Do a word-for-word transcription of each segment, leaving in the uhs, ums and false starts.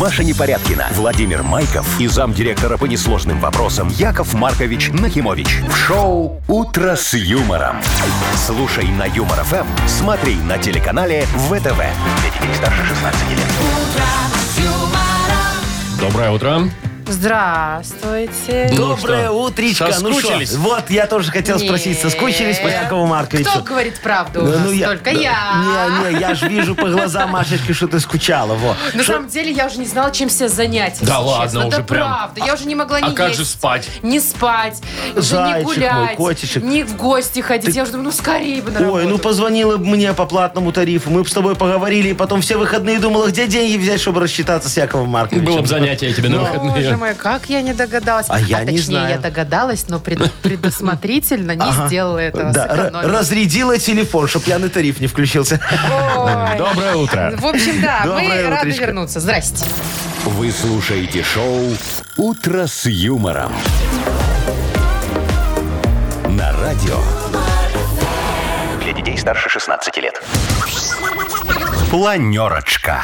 Маша Непорядкина, Владимир Майков и замдиректора по несложным вопросам Яков Маркович Нахимович. В шоу «Утро с юмором». Слушай на Юмор ФМ, смотри на телеканале ВТВ. Для детей старше шестнадцати лет. Доброе утро. Здравствуйте. Доброе утречко. Соскучились? Ну шо, вот, я тоже хотел спросить, Нет. соскучились по Якову Марковичу? Кто говорит правду у Ну, нас? ну, я- Только да, я. Не, не, я же вижу по глазам Машечки, что ты скучала. Во. На Шо- самом деле я уже не знала, чем себя занять. Да если ладно, честно. уже Это прям. правда. Я уже не могла ни А как есть, же спать? не спать, уже не Зайчик гулять, мой, котичек. ни в гости ходить. Я уже думаю, ну скорее бы на работу. Ой, ну позвонила бы мне по платному тарифу, мы бы с тобой поговорили, и потом все выходные думала, где деньги взять, чтобы рассчитаться с Яковом Марковичем. Было бы занятие тебе на Боже выходные. мой, как я не догадалась. А я не точнее, знаю. я догадалась, но пред- предусмотрительно не Ага. сделала этого. Да, р- сэкономила. разрядила телефон, чтобы пьяный тариф не включился. Ой. Доброе утро. В общем, да, мы Доброе рады утречко. вернуться. Здрасте. Вы слушаете шоу «Утро с юмором». На радио. Для детей старше шестнадцати лет. Планерочка.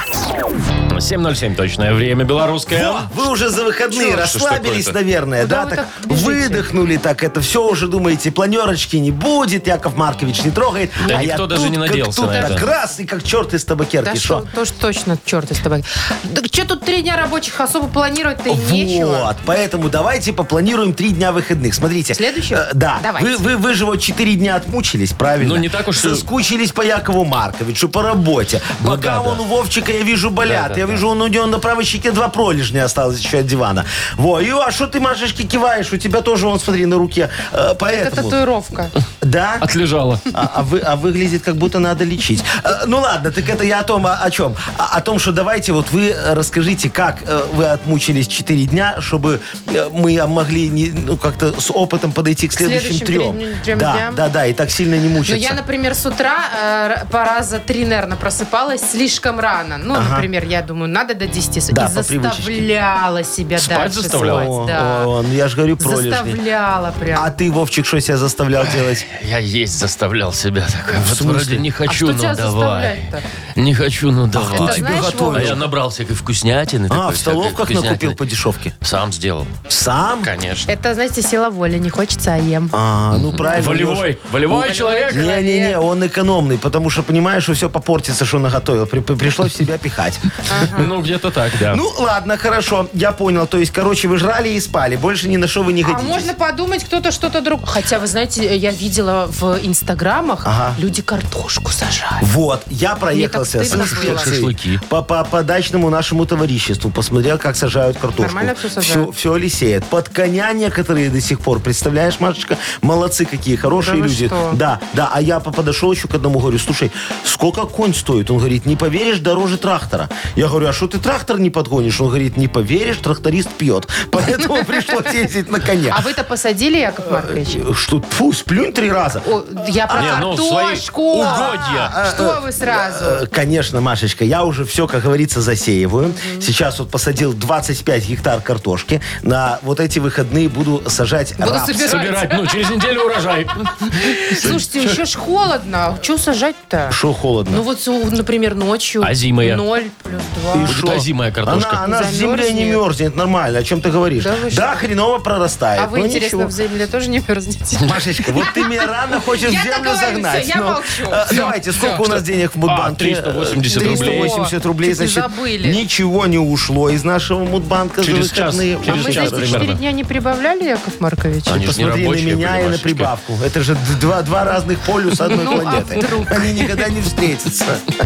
семь ноль семь точное время белорусское. Во, вы уже за выходные Чё, что ж расслабились, такое-то? наверное, Куда да? вы Так так бежите? выдохнули так, это все уже думаете, планерочки не будет, Яков Маркович не трогает. Да а никто я даже тут не как надеялся тут на это. так раз и как черт из табакерки. Да шо? что, тоже точно, черт из тобой. Так что тут три дня рабочих, особо планировать-то и нечего. Вот, поэтому давайте попланируем три дня выходных. Смотрите. Следующих? э, да. Давайте. Вы, вы, вы же вот четыре дня отмучились, правильно? Ну, не так уж и- Соскучились по Якову Марковичу, по работе. Ну, Бока да, вон да. у Вовчика, я вижу, болят. Да, да, я да. вижу, он, у него на правой щеке два пролежня осталось еще от дивана. Во, и а что ты, Машечки, киваешь? У тебя тоже, вон, смотри, на руке. Э, Это поэтому... татуировка. Да? Отлежала. А, а вы, а выглядит, как будто надо лечить. Э, ну ладно, так это я о том, о, о чем. О, о том, что давайте вот вы э, расскажите, как э, вы отмучились четыре дня, чтобы э, мы могли не, ну, как-то с опытом подойти к следующим, следующим трем. трем- трем да, дням? да, да, и так сильно не Ну, мучиться. я, например, с утра э, по раза три, наверное, просыпалась слишком рано. Ну, Ага. например, я думаю, надо до десяти. Да, и по привычечке. заставляла себя Спать дальше заставляла? спать. Да. О, ну я же говорю, пролежни. Заставляла прям. А ты, Вовчик, что себя заставлял делать? Я есть заставлял себя такой. Вот смысле? вроде не хочу, что ну тебя давай. заставлять-то? Не хочу, ну давай. кто Это тебе знаешь, готовил? А Вовчик, я набрал всякой вкуснятины. А, такой в всякой столовках вкуснятины. накупил по дешевке? Сам сделал. Сам? Конечно. Это, знаете, сила воли. Не хочется, а ем. А, ну правильно. Волевой. Волевой человек. Не-не-не, он экономный, потому что понимаешь, что все попортится, что наготовил. При- при- пришлось себя пихать. Ну, где-то так, да. Ну, ладно, хорошо, я понял. То есть, короче, вы жрали и спали. Больше ни на что вы не А годитесь. можно подумать, кто-то что-то другое. Хотя, вы знаете, я видела в инстаграмах, Ага. люди картошку сажают. Вот, я проехался так с стыдно было. инспекцией Шашлыки. по, по, по дачному нашему товариществу. Посмотрел, как сажают картошку. Нормально всё Все, сажают? все ли сеет. Под коня некоторые до сих пор. Представляешь, Машечка? Молодцы какие, хорошие Да вы люди. что? Да, да. А я по- подошел еще к одному, говорю, слушай, сколько конь стоит? Он говорит, не поверишь, дороже трактора. Я говорю, а что ты трактор не подгонишь? Он говорит, не поверишь, тракторист пьет. Поэтому пришлось ездить на коне. А вы-то посадили, Яков Маркович? Что, фу, сплюнь три раза. О, я про Не, ну, свои картошку. угодья. Что вы сразу? Э, Конечно, Машечка, я уже все, как говорится, засеиваю. Сейчас вот посадил двадцать пять гектар картошки. На вот эти выходные буду сажать Буду рапс. собирать. Собирать, ну, через неделю урожай. Слушайте, еще ж холодно. Что сажать-то? Шо холодно? Ну вот, с- например, ночью. А зимая? Ноль плюс два. И будет шо? озимая картошка. Она, она с землей не Замерзнет? мерзнет, нормально. О чем ты говоришь? Да вы Да, что? хреново прорастает. А вы, но интересно, ничего. в земле тоже не мерзнете? Машечка, вот ты меня рано хочешь в Я землю так говорю, загнать. всё, я Ну, молчу. э, Всё, Давайте, сколько всё. у нас денег в Мудбанке? А, триста восемьдесят рублей. триста восемьдесят рублей, Чуть не значит, забыли. ничего не ушло из нашего Мудбанка Через за час, выходные. А через мы час за эти примерно. четыре дня не прибавляли, Яков Маркович? Они же не Посмотри на рабочие меня были, и на Машечка. прибавку. Это же д- два, два разных полюса одной Ну, а планеты. вдруг? Они никогда не встретятся.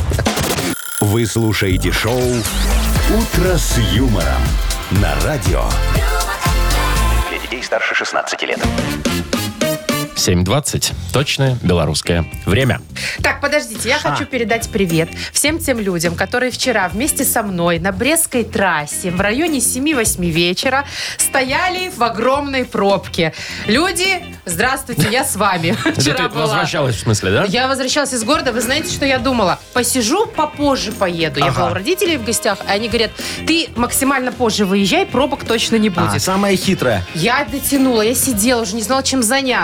Вы слушаете шоу «Утро с юмором» на радио. Для детей старше шестнадцати лет. семь двадцать. Точное белорусское время. Так, подождите, я хочу передать привет всем тем людям, которые вчера вместе со мной на Брестской трассе в районе семи-восьми вечера стояли в огромной пробке. Люди, здравствуйте, я с вами. Это Вчера ты была. возвращалась, в смысле, да? Я возвращалась из города, вы знаете, что я думала? Посижу, попозже поеду. Я Ага. была у родителей в гостях, и они говорят, ты максимально позже выезжай, пробок точно не А, будет. самая хитрая. Я дотянула, я сидела, уже не знала, чем заняться, Ага.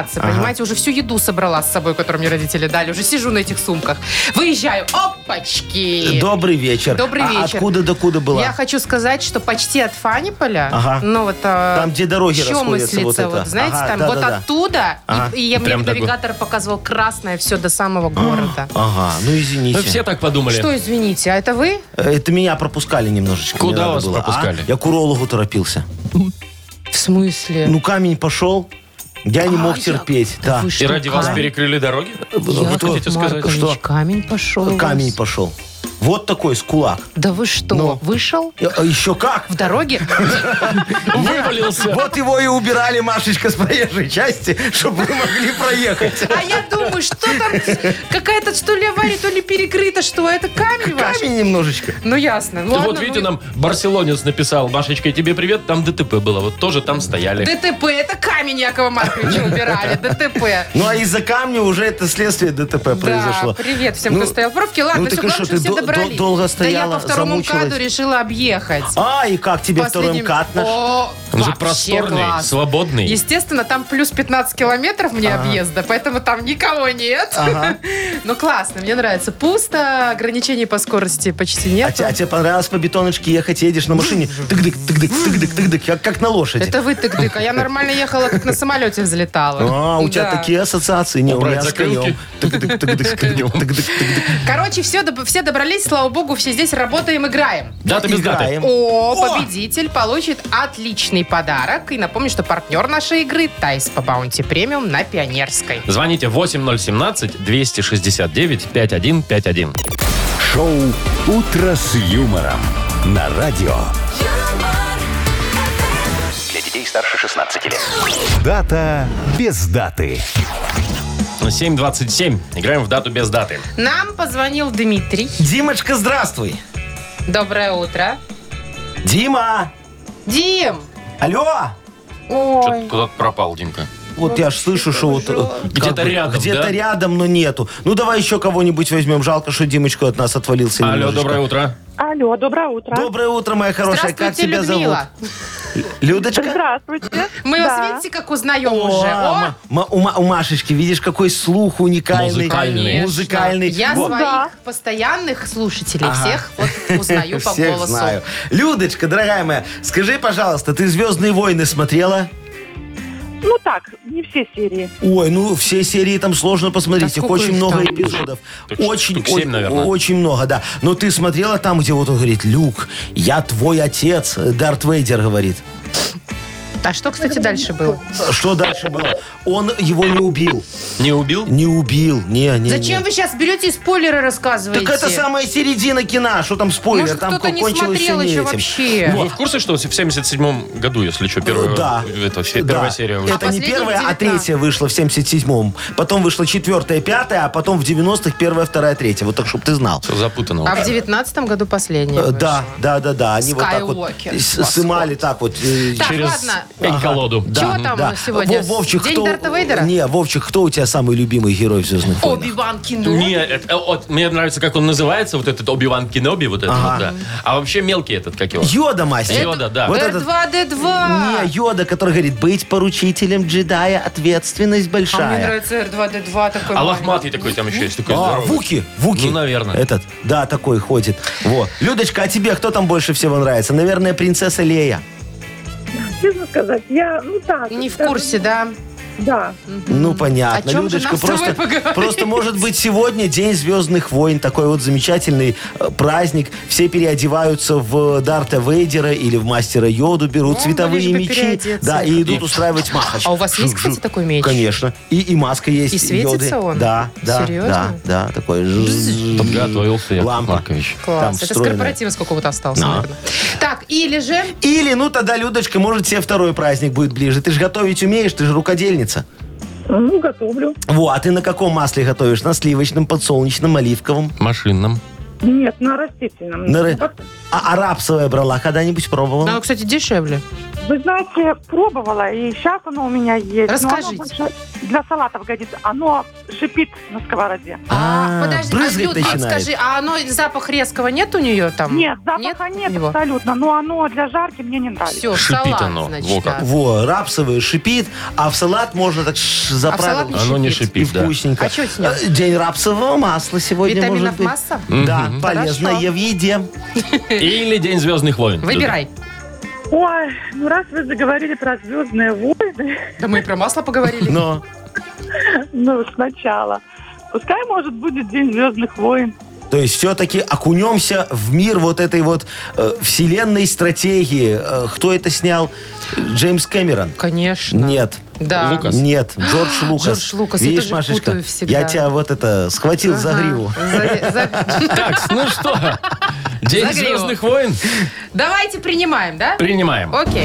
понимаете, уже всю еду собрала с собой, которую мне родители дали. Уже сижу на этих сумках. Выезжаю. Опачки! Добрый вечер. Добрый А вечер. откуда до куда была? Я хочу сказать, что почти от Фаниполя, Ага. ну вот а, Там, где дороги расходятся, вот Чемыслица, это. вот, знаете, Ага, там да, вот да, да. оттуда, Ага. и, и я, мне Прям до навигатор показывал красное все до самого города. Ага, ну извините. Ну, все так подумали. Что, извините, а это вы? Это меня пропускали немножечко. Куда мне надо вас было. пропускали? А? Я к урологу торопился. В смысле? Ну, камень пошел. Я не мог А, терпеть. Да Да. вы И что, ради вас камень? перекрыли дороги? Вы Вы Яков хотите сказать? Маркович, что? камень пошел. у вас? Камень пошел. Вот такой, с кулак. Да вы что, Ну. вышел Э, а Еще как? в дороге? Вывалился. Вот его и убирали, Машечка, с проезжей части, чтобы вы могли проехать. А я думаю, что там какая-то что ли авария, то ли перекрыто, что это камень ваш? Камень немножечко. Ну ясно. Вот Ладно, видите, ну, нам барселонец написал: Машечка, тебе привет, там ДТП было. Вот тоже там стояли. ДТП, это камень Якова Марковича убирали, ДТП. Ну, а из-за камня уже это следствие ДТП произошло. Да, привет всем, кто Ну, стоял в пробке. Ладно, ну, все, так и главное, что, что ты все дол- добрались. дол- долго Да стояла, я по второму замучилась? МКАДу решила объехать. А, и как тебе второй Последним- МКАД наш? О, Он же вообще просторный, класс. свободный. Естественно, там плюс пятнадцать километров мне объезда, поэтому там никого нет. Ага. Ну, классно, мне нравится. Пусто, ограничений по скорости почти А, нет. те- а тебе понравилось по бетоночке ехать? Едешь на машине, тык-дык, тык-дык, тык-дык, тык-дык, как, как на лошади. Это вы тык-дык, а я нормально ехала, как на самолете взлетала. А, у тебя Да. такие ассоциации. Не, у Убрать меня с закрылки. конем. Тык-дык, тык-дык, тык-дык, тык-дык, тык-дык. Короче, все, доб- все добрались, слава богу, все здесь работаем, играем. Дата без даты. Играем. О, О! победитель получит отличный подарок. И напомню, что партнер нашей игры Тайс по Баунти Премиум на Пионерской. Звоните восемь ноль семнадцать двести шестьдесят девять пятьдесят один пятьдесят один. Шоу «Утро с юмором» на радио. Для детей старше шестнадцати лет. Дата без даты. семь двадцать семь. Играем в дату без даты. Нам позвонил Дмитрий. Димочка, здравствуй. Доброе утро. Дима! Дим! Алло! Что-то Ой, куда-то пропал, Димка. Вот я ж слышу, что вот... э, Где-то как бы рядом, Где-то да? рядом, но нету. Ну, давай еще кого-нибудь возьмем. Жалко, что Димочка от нас отвалился Алло, немножечко. доброе утро. Алло, доброе утро. Доброе утро, моя хорошая. Как здравствуйте, тебя Людмила. зовут? Людочка? Здравствуйте. Мы Да. вас, видите, как узнаем О, уже. ма- ма- у, Ма- у Машечки, видишь, какой слух уникальный. Музыкальный. Конечно. Музыкальный. Я Вот. своих Да. постоянных слушателей Ага. всех вот узнаю по Всех голосу. знаю. Людочка, дорогая моя, скажи, пожалуйста, ты «Звездные войны» смотрела? Ну так, не все серии. Ой, ну все серии там сложно посмотреть, Да их сколько очень их много там? эпизодов. Штук- Очень, штук семь, очень, наверное. очень много, да. Но ты смотрела там, где вот он говорит: «Люк, я твой отец», Дарт Вейдер говорит. А что, кстати, дальше было? Что дальше было? Он его не убил. Не убил? Не убил. Не, не, Зачем не. вы сейчас берете и спойлеры рассказываете? Так это самая середина кино. Что там спойлер? Может, там кто-то не кончилось смотрел всё не еще этим. вообще. Вы в курсе, что в семьдесят седьмом году, если что, первая, Да. это, фе- первая Да. серия вышла? Это не последний первая, в а девятнадцатом. третья вышла в семьдесят седьмом. Потом вышла четвертая, пятая, а потом в девяностых первая, вторая, третья. Вот так, чтобы ты знал. Все запутано. А уже. в девятнадцатом году последний. Э, Да, да, да, да. Они вот так вот Skywalker. с- сымали так вот. э, Так, Через ладно. пень-колоду. Чего там да. сегодня? Вов- Вовчик, День кто... Дарта Вейдера? Не, Вовчик, кто у тебя самый любимый герой в «Звездных войнах»? Оби-Ван Кеноби. Не, это, вот, мне нравится, как он называется, вот этот Оби-Ван Кеноби, вот это Ага. вот, да. А вообще мелкий этот, как его? Йода, мастер. Йода, да. Вот эр этот... два дэ два. Не, Йода, который говорит: быть поручителем джедая, ответственность А мне большая. нравится эр два дэ два такой. А маленький. лохматый такой там еще есть, такой А, здоровый. Вуки, Вуки. Ну, наверное. Этот, да, такой ходит. Вот. Людочка, а тебе кто там больше всего нравится? Наверное, принцесса Лея. Честно сказать, я, ну так. Не в даже- курсе, да? Да. Ну, понятно. О чем же Людочка, нам с тобой просто, поговорить? просто, может быть, сегодня День Звездных войн. Такой вот замечательный э, праздник. Все переодеваются в Дарта Вейдера или в Мастера Йоду, берут Ну, цветовые лишь бы мечи. переодеться. Да, и идут устраивать махач. А у вас есть, кстати, такой меч? Конечно. И, и маска есть. И светится Йоды. он? Да, да, Серьезно? да, да. Такой жжж. Подготовился Яков Лампа. Маркович. Там Класс. Это с встроенная. корпоратива с какого-то остался, Да. наверное. Так, или же... Или, ну тогда, Людочка, может, тебе второй праздник будет ближе. Ты же готовить умеешь, ты же рукодельница. Ну, готовлю. Во, а ты на каком масле готовишь? На сливочном, подсолнечном, оливковом? Машинном. Нет, на растительном. На ры- Вот, А, а рапсовое брала? Когда-нибудь пробовала? Ну, кстати, дешевле. Вы знаете, пробовала, и сейчас оно у меня есть. но оно Расскажите. больше- для салатов годится. Оно шипит на сковороде. А, А, подожди, брызгать Люд, вот начинает. скажи, а оно запах резкого нет у нее там? Нет, запаха нет, у него? абсолютно. Но оно для жарки мне не нравится. Все, Шипит салат, оно. значит, Во как. да. Во, рапсовый шипит, а в салат можно так ш- А в салат заправить. не Оно не шипит. шипит, И да. вкусненько. А что с ним? Э, День рапсового масла сегодня Витаминов может быть. масса? Да, Мгм. полезное Хорошо. в еде. Или День звездных войн. Выбирай. Ой, ну раз вы заговорили про «Звездные войны», Да мы и про масло поговорили. Но ну, сначала. Пускай, может, будет День «Звездных войн». то есть все-таки окунемся в мир вот этой вот э, вселенной стратегии. Э, кто это снял? Джеймс Кэмерон? Конечно. Нет. Да. Лукас. Нет, Джордж Лукас. Джордж Лукас, я Видишь, тоже Машечка, путаю всегда. я тебя вот это схватил за Ага. гриву. За- за- Так, ну что? День За гриву. звездных войн Давайте принимаем, да? принимаем. Окей.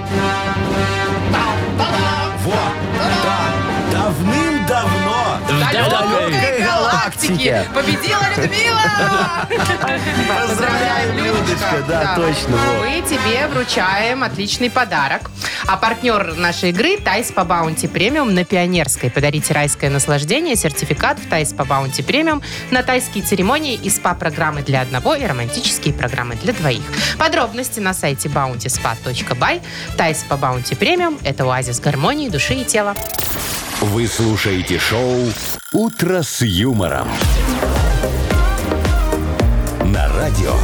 Вот. Да. Давным-давно В далекой галактике. Победила Людмила! Поздравляем, Людочка. Да, точно. вот. Мы тебе вручаем отличный подарок. А партнер нашей игры Тайс по Баунти Премиум на Пионерской. Подарите райское наслаждение, сертификат в Тайс по Баунти Премиум на тайские церемонии и СПА-программы для одного и романтические программы для двоих. Подробности на сайте баунти спа точка бай. Тайс по Баунти Премиум – это оазис гармонии души и тела. Вы слушаете шоу «Утро с юмором». На радио.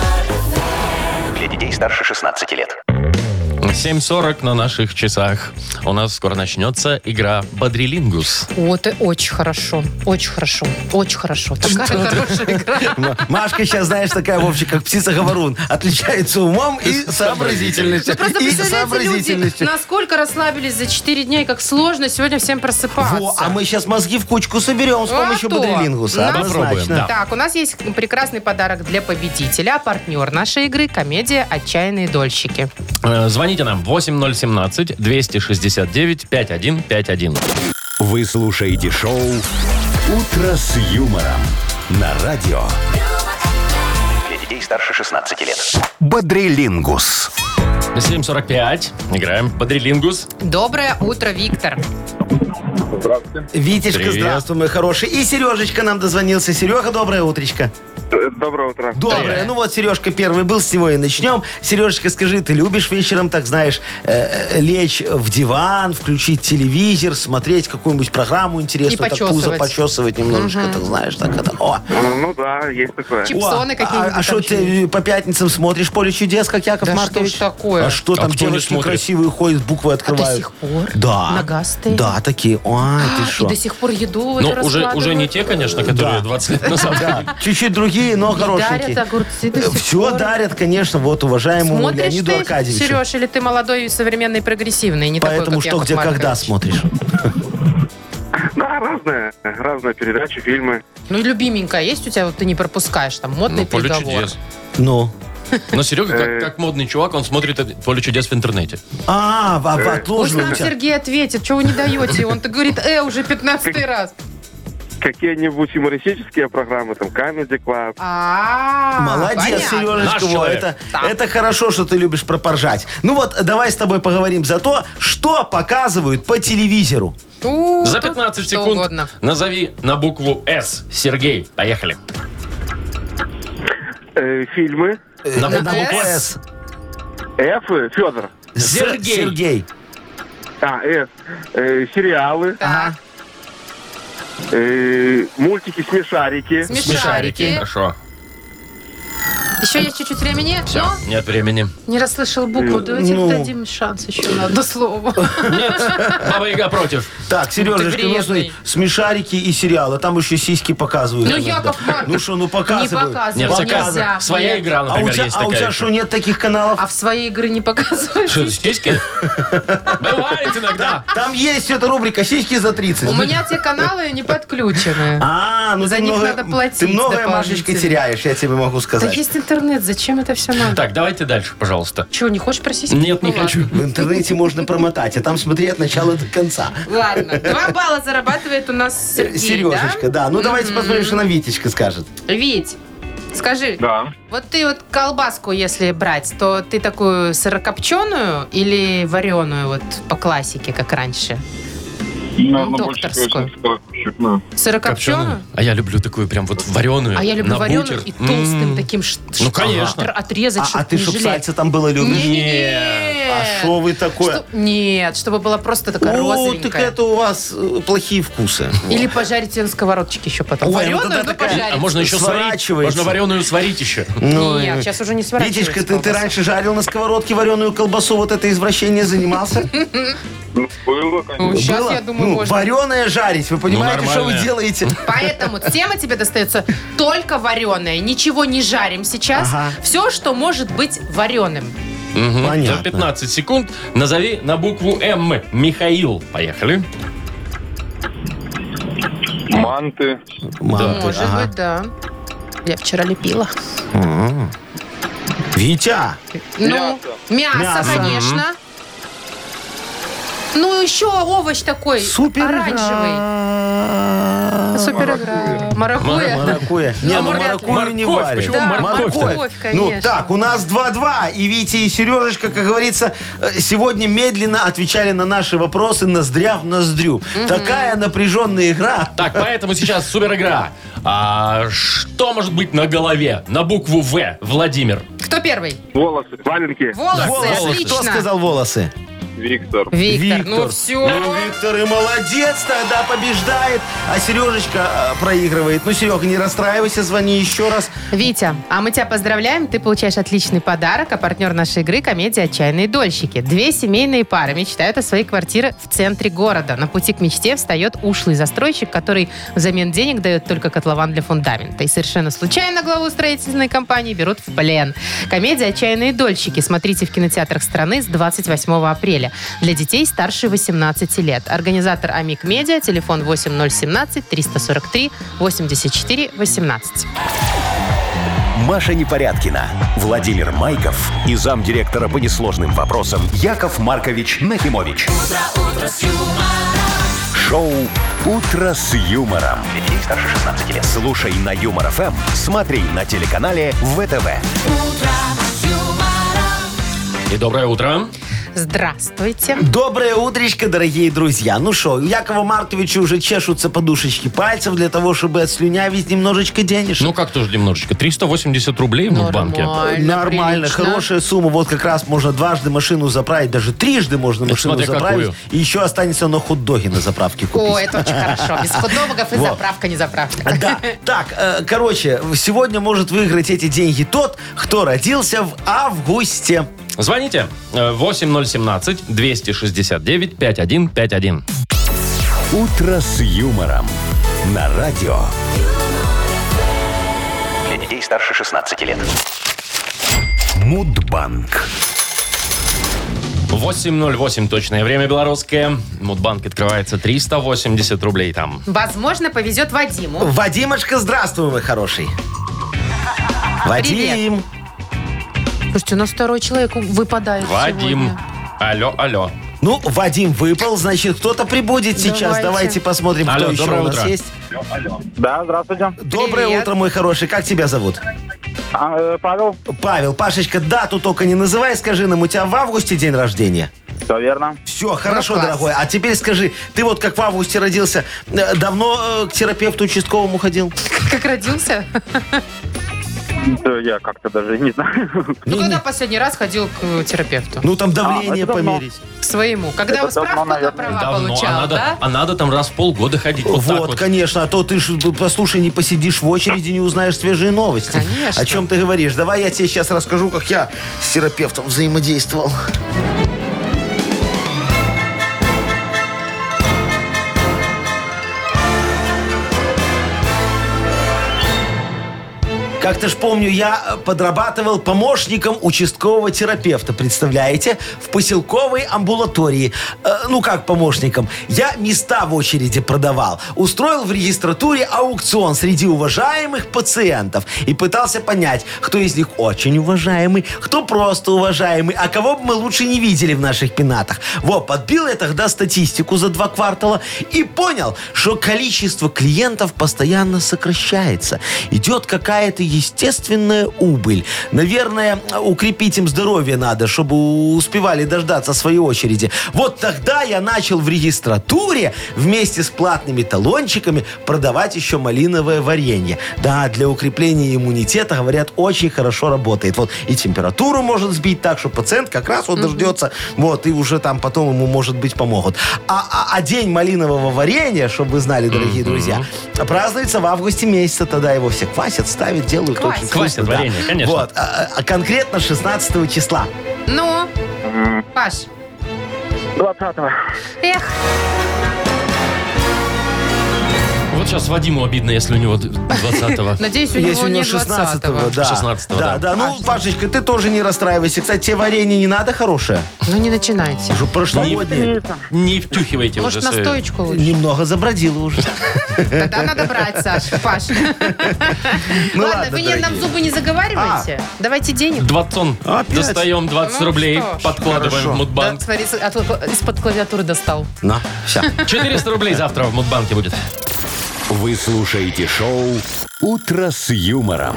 Для детей старше шестнадцати лет. семь сорок на наших часах. У нас скоро начнется игра «Бодрилингус». Вот и очень хорошо, очень хорошо, очень хорошо. Такая хорошая игра. М- Машка сейчас, знаешь, такая, Вовчик, как птица-говорун. Отличается умом и сообразительностью. Вы просто И представляете, люди, сообразительностью. насколько расслабились за четыре дня, и как сложно сегодня всем просыпаться. Во, а мы сейчас мозги в кучку соберем с А помощью то. бодрилингуса. Ну, попробуем, Однозначно. да. Так, у нас есть прекрасный подарок для победителя. Партнер нашей игры – комедия «Отчаянные дольщики». Э, Звоните нам восемь ноль семнадцать двести шестьдесят девять пятьдесят один пятьдесят один. Вы слушаете шоу «Утро с юмором» на радио. Для детей старше шестнадцати лет. Бодрилингус. семь сорок пять. Играем в «Бодрилингус». Доброе утро, Виктор. Витечка, Привет. здравствуй, мой хороший. И Сережечка нам дозвонился. Серега, доброе утречко. Доброе утро. Доброе. Привет. Ну вот, Сережка первый был, с него и начнем. Сережечка, скажи, ты любишь вечером, так знаешь, э, э, лечь в диван, включить телевизор, смотреть какую-нибудь программу интересную, И так почесывать. пузо почесывать немножечко, так знаешь, так это. О. Ну да, есть такое. Чип- Чипсоны О, какие-нибудь А, а что там ты по пятницам смотришь «Поле чудес», как Яков Да Маркович? что ж такое? А что А там кто не девочки смотрит? красивые ходят, буквы открывают? сих пор? Да. Нагастые? Да, такие. Ой, ты А, что? и до сих пор еду Ну, это уже, уже не раскладывают. те, конечно, которые Да. двадцать лет назад. Да, чуть-чуть другие, но И хорошенькие. дарят огурцы до сих Все пор. дарят, конечно, вот уважаемому Смотришь Леониду ты, Аркадьевичу. Сереж, или ты молодой, современный, прогрессивный, не такой, Поэтому как что, Яков где, когда Маркович? смотришь? Да, разные, разные передачи, фильмы. Ну, и любименькая есть у тебя, вот ты не пропускаешь, там, модный Ну, «Поле приговор. чудес». Ну. Но Серега, как, Э. как модный чувак, он смотрит это «Поле чудес» в интернете. А, в- в- Пусть отложено у нам тебя. Сергей ответит, что вы не даете. Он-то говорит, э, уже пятнадцатый раз. Какие-нибудь юмористические программы, там, Comedy Club. А, Молодец, понятно. Сережечка. Наш во, человек. это, Так. это хорошо, что ты любишь пропоржать. Ну вот, давай с тобой поговорим за то, что показывают по телевизору. У, За тут пятнадцать что секунд угодно. назови на букву «С». Сергей, поехали. Э, фильмы. Э, На на букву букву «С». «С». Ф, Федор. С- Сергей. Сергей. А, С. Э, сериалы. Так, Э, мультики, смешарики. смешарики. Хорошо. Еще есть чуть-чуть времени. Все, Но нет времени. не расслышал букву. Давайте ну. дадим шанс еще на одно слово. Нет, Баба Яга против. Так, Сережечка, ну вредный. смотри, смешарики и сериалы. Там еще сиськи показывают. Ну, иногда. Яков Маркович, Ну что, ну Не показывают. показывать Нет, нельзя. такая своя Нет. игра, А у например, тебя, есть а у тебя такая. что, нет таких каналов? А в своей игры не показывают. Что, сиськи? Бывает иногда. Там есть эта рубрика «Сиськи за тридцать». У меня те каналы не подключены. А, ну За ты них много- надо платить Ты многое, Машечка, дополнительно. теряешь, я тебе могу Да сказать. есть интернет, зачем это все надо? Так, давайте дальше, пожалуйста. Чего, не хочешь про сиськи? Нет, Ну, не ладно. хочу. В интернете можно промотать, а там смотри от начала до конца. Ладно, два балла зарабатывает у нас Сергей, Сережечка, да. Ну давайте посмотрим, что нам Витечка скажет. да? Вить, скажи, Да. вот ты вот колбаску, если брать, то ты такую сырокопченую или вареную, вот по классике, как раньше? Наверное, Докторскую. больше, конечно, сырокопченую. Сырокопченую? А я люблю такую прям вот вареную. А я люблю на вареную бутер. и толстым М. таким ш- Ну, ш- конечно. отр- отрезать, А, чтоб а ты не чтоб жалеть. сальца там было любишь? Нет. А что вы такое? Что- Нет, чтобы была просто такая О, так розовенькая. это у вас э, плохие вкусы. Или пожарить ее на сковородочке еще потом. Ой, ну Вареную, тогда но такая- пожарить. А можно еще сварить. Сворачивается. Можно вареную сварить еще. Ну, Нет, э, сейчас уже не сворачивается. Витечка, ты, ты колбаса. раньше жарил на сковородке вареную колбасу, вот это извращение занимался? Ну, было, Ну, конечно. сейчас, Было? я думаю, Ну, можно. вареное жарить, вы понимаете, что вы нормально. делаете? Поэтому тема тебе достается только вареная. Ничего не жарим сейчас. Ага. Все, что может быть вареным. Мгм. Понятно. За пятнадцать секунд назови на букву М. Михаил. Поехали. Манты. Мам, ты, Может ага. быть, да. Я вчера лепила. Витя, Ну, Мясо. мясо, Мясо. конечно. Ну, еще овощ такой супер оранжевый. Супер игра. Маракуйя. маракуйя. Не, ну вряд ли. маракую не Морковь, варят. почему Да, морковь-то? морковь, Ну конечно. так, у нас два-два. И Витя, и Сережечка, как говорится, э, сегодня медленно отвечали на наши вопросы ноздря в ноздрю. Такая напряженная игра. Так, поэтому сейчас супер игра. А что может быть на голове? На букву В. Владимир. Кто первый? Волосы. Валенки. Волосы, Волосы. отлично. Кто сказал волосы? Виктор. Виктор, ну все. Ну, Виктор и молодец, тогда побеждает. А Сережечка э, проигрывает. Ну, Серега, не расстраивайся, звони еще раз. Витя, а мы тебя поздравляем. Ты получаешь отличный подарок. А партнер нашей игры – комедия «Отчаянные дольщики». Две семейные пары мечтают о своей квартире в центре города. На пути к мечте встает ушлый застройщик, который взамен денег дает только котлован для фундамента. И совершенно случайно главу строительной компании берут в плен. Комедия «Отчаянные дольщики». Смотрите в кинотеатрах страны с двадцать восьмого апреля. Для детей старше восемнадцати лет. Организатор Амик Медиа. Телефон восемь ноль семнадцать триста сорок три восемьдесят четыре восемнадцать. Маша Непорядкина, Владимир Майков и замдиректора по несложным вопросам Яков Маркович Нахимович. Шоу «Утро с юмором». Для детей старше шестнадцати лет. Слушай на Юмор ФМ, смотри на телеканале ВТВ. И доброе утро. Здравствуйте. Доброе утречко, дорогие друзья. Ну что, у Якова Марковича уже чешутся подушечки пальцев для того, чтобы отслюнявить немножечко денежек. Ну как тоже немножечко? триста восемьдесят рублей в Мудбанке. Нормально, Нормально, прилично. хорошая сумма. Вот как раз можно дважды машину заправить, даже трижды можно машину смотря заправить. какую. И еще останется на хот-доги на заправке купить. О, это очень хорошо. Без хот-догов и Вот. заправка, не заправка. Да, так, э, короче, сегодня может выиграть эти деньги тот, кто родился в августе. Звоните восемь ноль семнадцать двести шестьдесят девять пятьдесят один пятьдесят один. «Утро с юмором» на радио. Для детей старше шестнадцати лет. Мудбанк. восемь ноль восемь точное время белорусское. Мудбанк открывается, триста восемьдесят рублей там. Возможно, повезет Вадиму. Вадимочка, здравствуй, мой хороший. Вадим. Слушайте, у нас второй человек выпадает Вадим. сегодня. Алло, алло. Ну, Вадим выпал, значит, кто-то прибудет сейчас. Давайте. Давайте посмотрим, Алло, кто еще доброе у нас утро. есть. Да, здравствуйте. Доброе Привет. утро, мой хороший. Как тебя зовут? А, э, Павел. Павел. Пашечка, дату только не называй. Скажи нам, у тебя в августе день рождения? Все верно. Все, хорошо, класс. дорогой. А теперь скажи, ты вот как в августе родился, э, давно э, к терапевту участковому ходил? Как родился? Да, я как-то даже не знаю. Ну, когда последний раз ходил к терапевту? Ну, там давление А, это давно. померить. К своему. Когда Это он справку давно, на наверное. права Давно. получал, а, надо, да? а надо там раз в полгода ходить. Вот, Вот, так вот. конечно, а то ты ж, послушай, не посидишь в очереди, не узнаешь свежие новости. Конечно. О чем ты говоришь? Давай я тебе сейчас расскажу, как я с терапевтом взаимодействовал. Как-то ж помню, я подрабатывал помощником участкового терапевта, представляете? В поселковой амбулатории. Э, ну, как помощником? Я места в очереди продавал. Устроил в регистратуре аукцион среди уважаемых пациентов. И пытался понять, кто из них очень уважаемый, кто просто уважаемый, а кого бы мы лучше не видели в наших пенатах. Вот, подбил я тогда статистику за два квартала и понял, что количество клиентов постоянно сокращается. Идет какая-то естественная убыль. Наверное, укрепить им здоровье надо, чтобы успевали дождаться своей очереди. Вот тогда я начал в регистратуре вместе с платными талончиками продавать еще малиновое варенье. Да, для укрепления иммунитета, говорят, очень хорошо работает. Вот и температуру может сбить так, что пациент как раз вот дождется, вот, и уже там потом ему, может быть, помогут. А, а, а день малинового варенья, чтобы вы знали, дорогие друзья, празднуется в августе месяце. Тогда его все квасят, ставят, делают Квасят. очень вкусно. Квасят варенье, конечно. Вот, а, а конкретно шестнадцатого числа. Ну, Паш, двадцатого. эх, Вот сейчас Вадиму обидно, если у него двадцатого. надеюсь, у Есть него у него не шестнадцатого, двадцатого. да. шестнадцатого, да. да. Да, ну, Пашечка, ты тоже не расстраивайся. Кстати, тебе варенье не надо хорошее? Ну, не начинайте. Уже прошлогоднее. Не втюхивайте уже. Может, свои- настоечку лучше? Немного забродило уже. Тогда надо брать, Саш, Паш. Ну Ладно, ладно, вы не- нам дорогие. зубы не заговариваете? Давайте денег. Двадцон. Опять? Достаем двадцать Ну рублей, что ж. подкладываем Хорошо. в Да, Мудбанк. смотри, с- от- из-под клавиатуры достал. На, все. четыреста рублей завтра в Мудбанке будет. Вы слушаете шоу «Утро с юмором».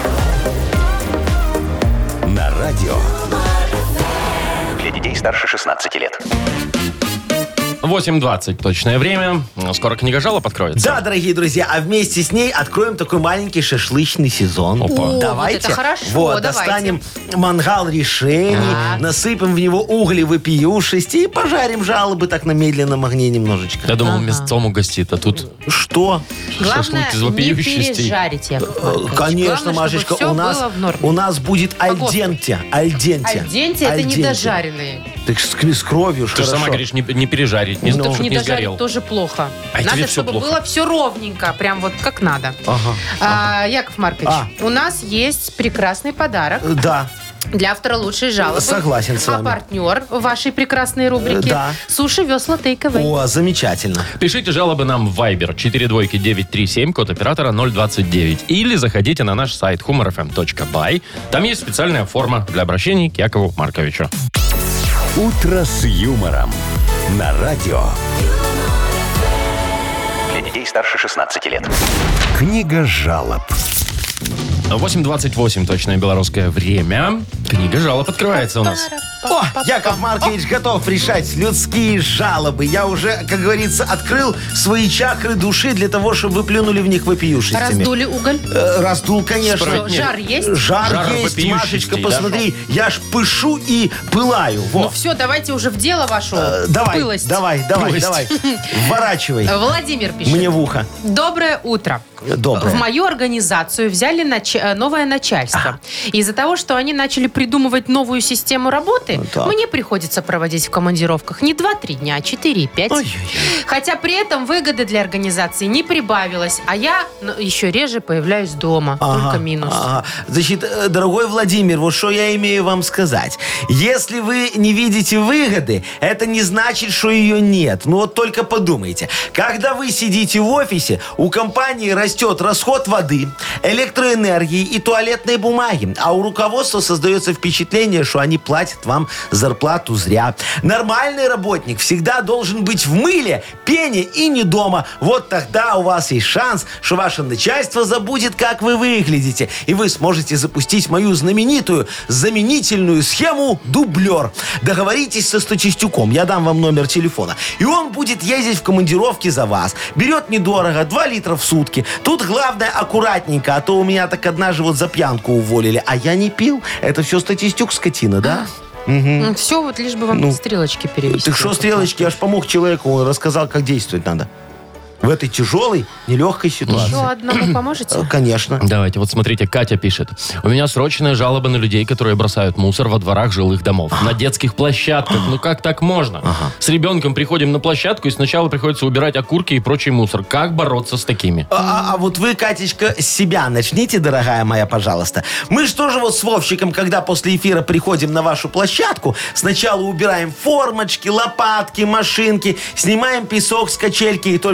На радио. Для детей старше шестнадцати лет. восемь двадцать точное время. Скоро книга жалоб откроется. Да, дорогие друзья, а вместе с ней откроем такой маленький шашлычный сезон. Опа. О, Давайте. вот это хорошо, Вот, давайте. достанем мангал решений, Так. насыпем в него угли вопиюшести и пожарим жалобы так на медленном огне немножечко. Я думал, Ага. мясцом угостит, а тут Что? Главное, шашлык из не вопиющестей. пережарить, Яков Э, Маркович. Конечно, Главное, чтобы Машечка, всё у нас, было в норме. у нас будет альденте. Альденте. Альденте это Альденте. недожаренные. Так с, с кровью ж Ты же хорошо. сама говоришь, не, не пережарить, не, Ну. чтоб не Недожарить сгорел. тоже плохо. А тебе Надо, всё чтобы плохо. было все ровненько, прям вот как надо. Ага. А, Яков Маркович, А. у нас есть прекрасный подарок Э, Да. для автора лучшей жалобы. Согласен с А вами. партнер вашей прекрасной рубрики Э, да. Суши Весла Тейковый. О, замечательно. Пишите жалобы нам в Viber четыре двойки девять три семь, код оператора ноль двадцать девять. Или заходите на наш сайт humor эф эм точка бай. Там есть специальная форма для обращений к Якову Марковичу. «Утро с юмором». На радио. Для детей старше шестнадцати лет. Книга жалоб. восемь двадцать восемь точное белорусское время. Книга жалоб открывается у нас. О, Яков Маркович готов решать людские жалобы. Я уже, как говорится, открыл свои чакры души для того, чтобы вы плюнули в них вопиюшестями. Раздули уголь. Э, Раздул, конечно. Что, жар есть? Жар, Жар есть, вопиющестей, Машечка, да? посмотри, я ж пышу и пылаю. Во. Ну все, давайте уже в дело вашу. Э, давай, пылость. давай, давай, Пылость. давай. Вворачивай. Владимир пишет. Мне в ухо. Доброе утро. Доброе. В мою организацию взяли нач- э, новое начальство. Из-за того, что они начали придумывать новую систему работы, так. мне приходится проводить в командировках не два-три дня, а четыре-пять. Ой-ой-ой. Хотя при этом выгоды для организации не прибавилось, а я ну, еще реже появляюсь дома. Только минус. Ага. Значит, э, дорогой Владимир, вот что я имею вам сказать. Если вы не видите выгоды, это не значит, что ее нет. Ну вот только подумайте. Когда вы сидите в офисе, у компании растет расход воды, электроэнергии и туалетной бумаги, а у руководства создается впечатление, что они платят вам зарплату зря. Нормальный работник всегда должен быть в мыле, пене и не дома. Вот тогда у вас есть шанс, что ваше начальство забудет, как вы выглядите, и вы сможете запустить мою знаменитую заменительную схему «Дублер». Договоритесь со Статистюком, я дам вам номер телефона, и он будет ездить в командировки за вас. Берет недорого, два литра в сутки. Тут главное аккуратненько, а то у меня так однажды вот за пьянку уволили, а я не пил. Это все Статистюк, скотина, да? Все, вот лишь бы вам Ну, стрелочки перевести. Так что стрелочки, я ж помог человеку, он рассказал, как действовать надо. В этой тяжелой, нелегкой ситуации. Еще одному поможете? Э, Конечно. Давайте, вот смотрите, Катя пишет. У меня срочная жалоба на людей, которые бросают мусор во дворах жилых домов. На детских площадках. Ну как так можно? С ребенком приходим на площадку, и сначала приходится убирать окурки и прочий мусор. Как бороться с такими? А, а вот вы, Катечка, с себя начните, дорогая моя, пожалуйста. Мы что же вот с Вовчиком, когда после эфира приходим на вашу площадку, сначала убираем формочки, лопатки, машинки, снимаем песок с качельки, и только потом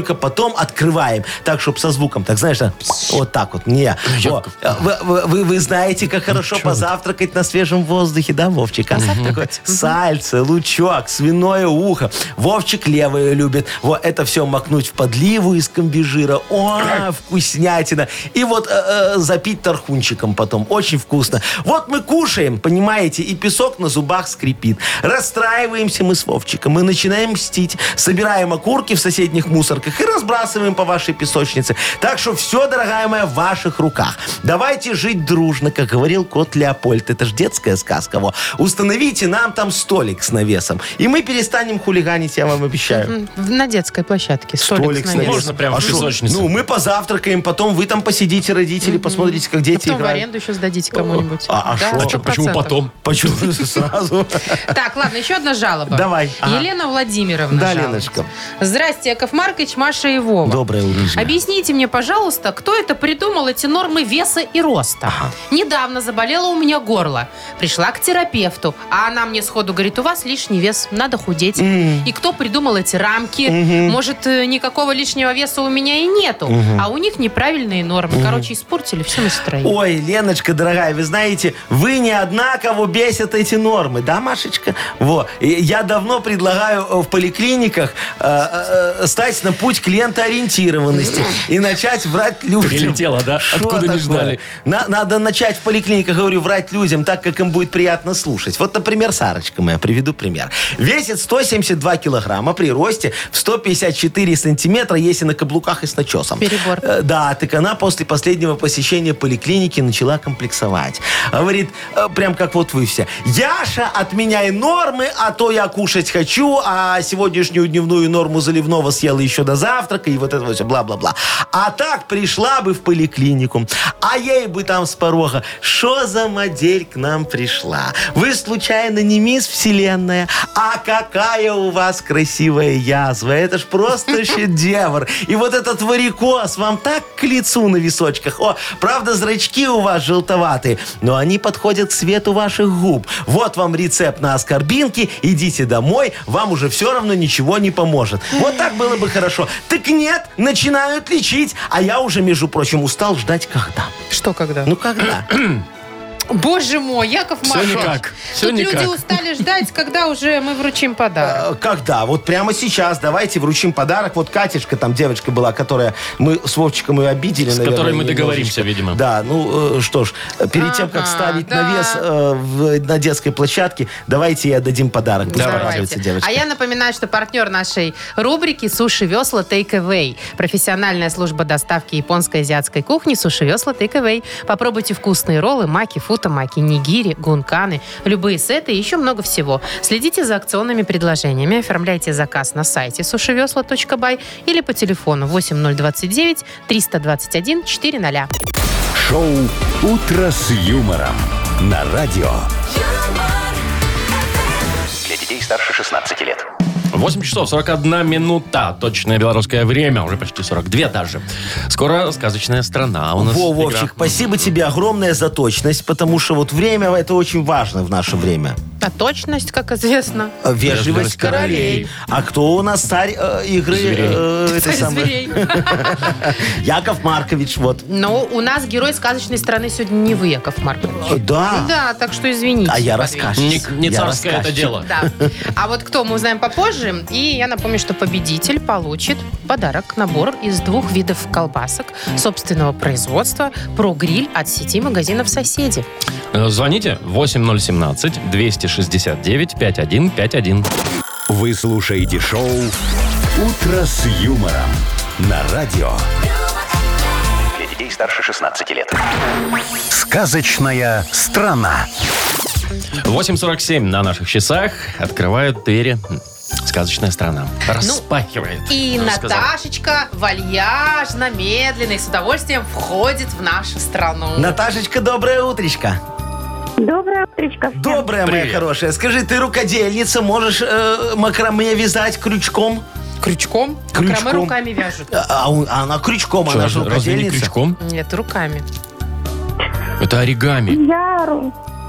потом открываем. Так, чтобы со звуком, так знаешь, а, вот так вот. Не. О, вы, вы, вы, вы знаете, как хорошо позавтракать на свежем воздухе, да, Вовчик? А? Такое сальце, лучок, свиное ухо. Вовчик левое любит. Вот это все макнуть в подливу из комбижира. О, вкуснятина. И вот э, э, запить тархунчиком потом. Очень вкусно. Вот мы кушаем, понимаете, и песок на зубах скрипит. Расстраиваемся мы с Вовчиком. Мы начинаем мстить. Собираем окурки в соседних мусорках и разбрасываем по вашей песочнице. Так что все, дорогая моя, в ваших руках. Давайте жить дружно, как говорил кот Леопольд. Это ж детская сказка. Во. Установите нам там столик с навесом. И мы перестанем хулиганить, я вам обещаю. На детской площадке. Столик, Столик с с навесом. навесом. Можно прямо А в шо? песочнице. Ну, мы позавтракаем, потом вы там посидите, родители, посмотрите, как дети Потом в играют. аренду еще сдадите кому-нибудь. А- а Да, шо? А чё, сто почему процентов. потом? Почему сразу? Так, ладно, еще одна жалоба. Давай. Ага. Елена Владимировна Да, жалуется. Леночка. Здрасте, Яков Маркович, Маша и Вова. Доброе утро. Объясните мне, пожалуйста, кто это придумал эти нормы веса и роста? Недавно заболело у меня горло. Пришла к терапевту, а она мне сходу говорит, у вас лишний вес, надо худеть. И кто придумал эти рамки? Может, э, никакого лишнего веса у меня и нету, а у них неправильные нормы. Короче, испортили все настроение. Ой, Леночка, дорогая, вы знаете, вы не одна, кого бесят эти нормы, да, Машечка? Во. И я давно предлагаю э, в поликлиниках э, э, стать на путь клиентоориентированности и начать врать людям. Прилетело, да? Шо Откуда не такое? ждали. На- надо начать в поликлиниках, говорю, врать людям так, как им будет приятно слушать. Вот, например, Сарочка моя, приведу пример. Весит сто семьдесят два килограмма при росте в сто пятьдесят четыре сантиметра, если на каблуках и с начесом. Перебор. Э, Да, так она после последнего посещения поликлиники начала комплексовать. Говорит, э, прям как вот вы все. Яша, отменяй нормы, а то я кушать хочу, а сегодняшнюю дневную норму заливного съела еще до завтрака, и вот это вот все, бла-бла-бла. А так пришла бы в поликлинику, а ей бы там с порога, что за модель к нам пришла? Вы случайно не мисс Вселенная? А какая у вас красивая язва. Это ж просто шедевр. И вот этот варикоз вам так к лицу на височках. О, правда, зрачки у вас желтоватые, но они подходят к цвету ваших губ. Вот вам рецепт на аскорбинки. Идите домой, вам уже все равно ничего не поможет. Вот так было бы хорошо. Так нет, начинают лечить. А я уже, между прочим, устал ждать когда. Что когда? Ну, когда? Боже мой, Яков Всё Маркович. никак, всё Тут никак. люди устали ждать, когда уже мы вручим подарок. Э, Когда? Вот прямо сейчас давайте вручим подарок. Вот Катюшка, там девочка была, которая мы с Вовчиком ее обидели. С наверное, которой мы немножечко. договоримся, видимо. Да, ну э, что ж, э, перед тем, как Ага, ставить да. навес э, в- на детской площадке, давайте ей отдадим подарок. Пусть порадуется девочка. А я напоминаю, что партнер нашей рубрики «Суши Весла Take Away». Профессиональная служба доставки японской и азиатской кухни «Суши Весла Take Away». Попробуйте вкусные роллы, маки, футамаки, нигири, гунканы, любые сеты и еще много всего. Следите за акционными предложениями. Оформляйте заказ на сайте сушивесла точка бай или по телефону восемь ноль двадцать девять триста двадцать один четыреста. Шоу «Утро с юмором» на радио. Для детей старше шестнадцати лет. восемь часов сорок одна минута. Точное белорусское время. Уже почти сорок две даже. Скоро сказочная страна у нас. Во, игра. Вовчик, спасибо тебе огромное за точность, потому что вот время, это очень важно в наше время. А точность, как известно. Вежливость Вежливость королей. королей. А кто у нас царь э, игры? Зверей. э, этой Царь самой? зверей. Яков Маркович, вот. Но у нас герой сказочной страны сегодня не вы, Яков Маркович. Да. Да, так что извините. А я подвиг. рассказчик. Не, не Я царское это рассказчик. дело. Да. А вот кто, мы узнаем попозже. И я напомню, что победитель получит подарок, набор из двух видов колбасок собственного производства «Про-гриль» от сети магазинов «Соседи». Э, Звоните восемь ноль семнадцать двести шестьдесят девять пятьдесят один пятьдесят один. Вы слушаете шоу «Утро с юмором» на радио. Для детей старше шестнадцати лет. Сказочная страна. восемь сорок семь на наших часах. Открывают двери. Сказочная страна. Распахивает. И я бы сказал. Наташечка вальяжно, медленно и с удовольствием входит в нашу страну. Наташечка, доброе утречко. Доброе утречко всем. Доброе, моя Привет. хорошая. Скажи, ты рукодельница, можешь э, макраме вязать крючком? Крючком? Крючком. Макраме руками вяжут. А, а у- а она крючком, Что, она же разве не рукодельница. крючком? Нет, руками. Это оригами. Я ру-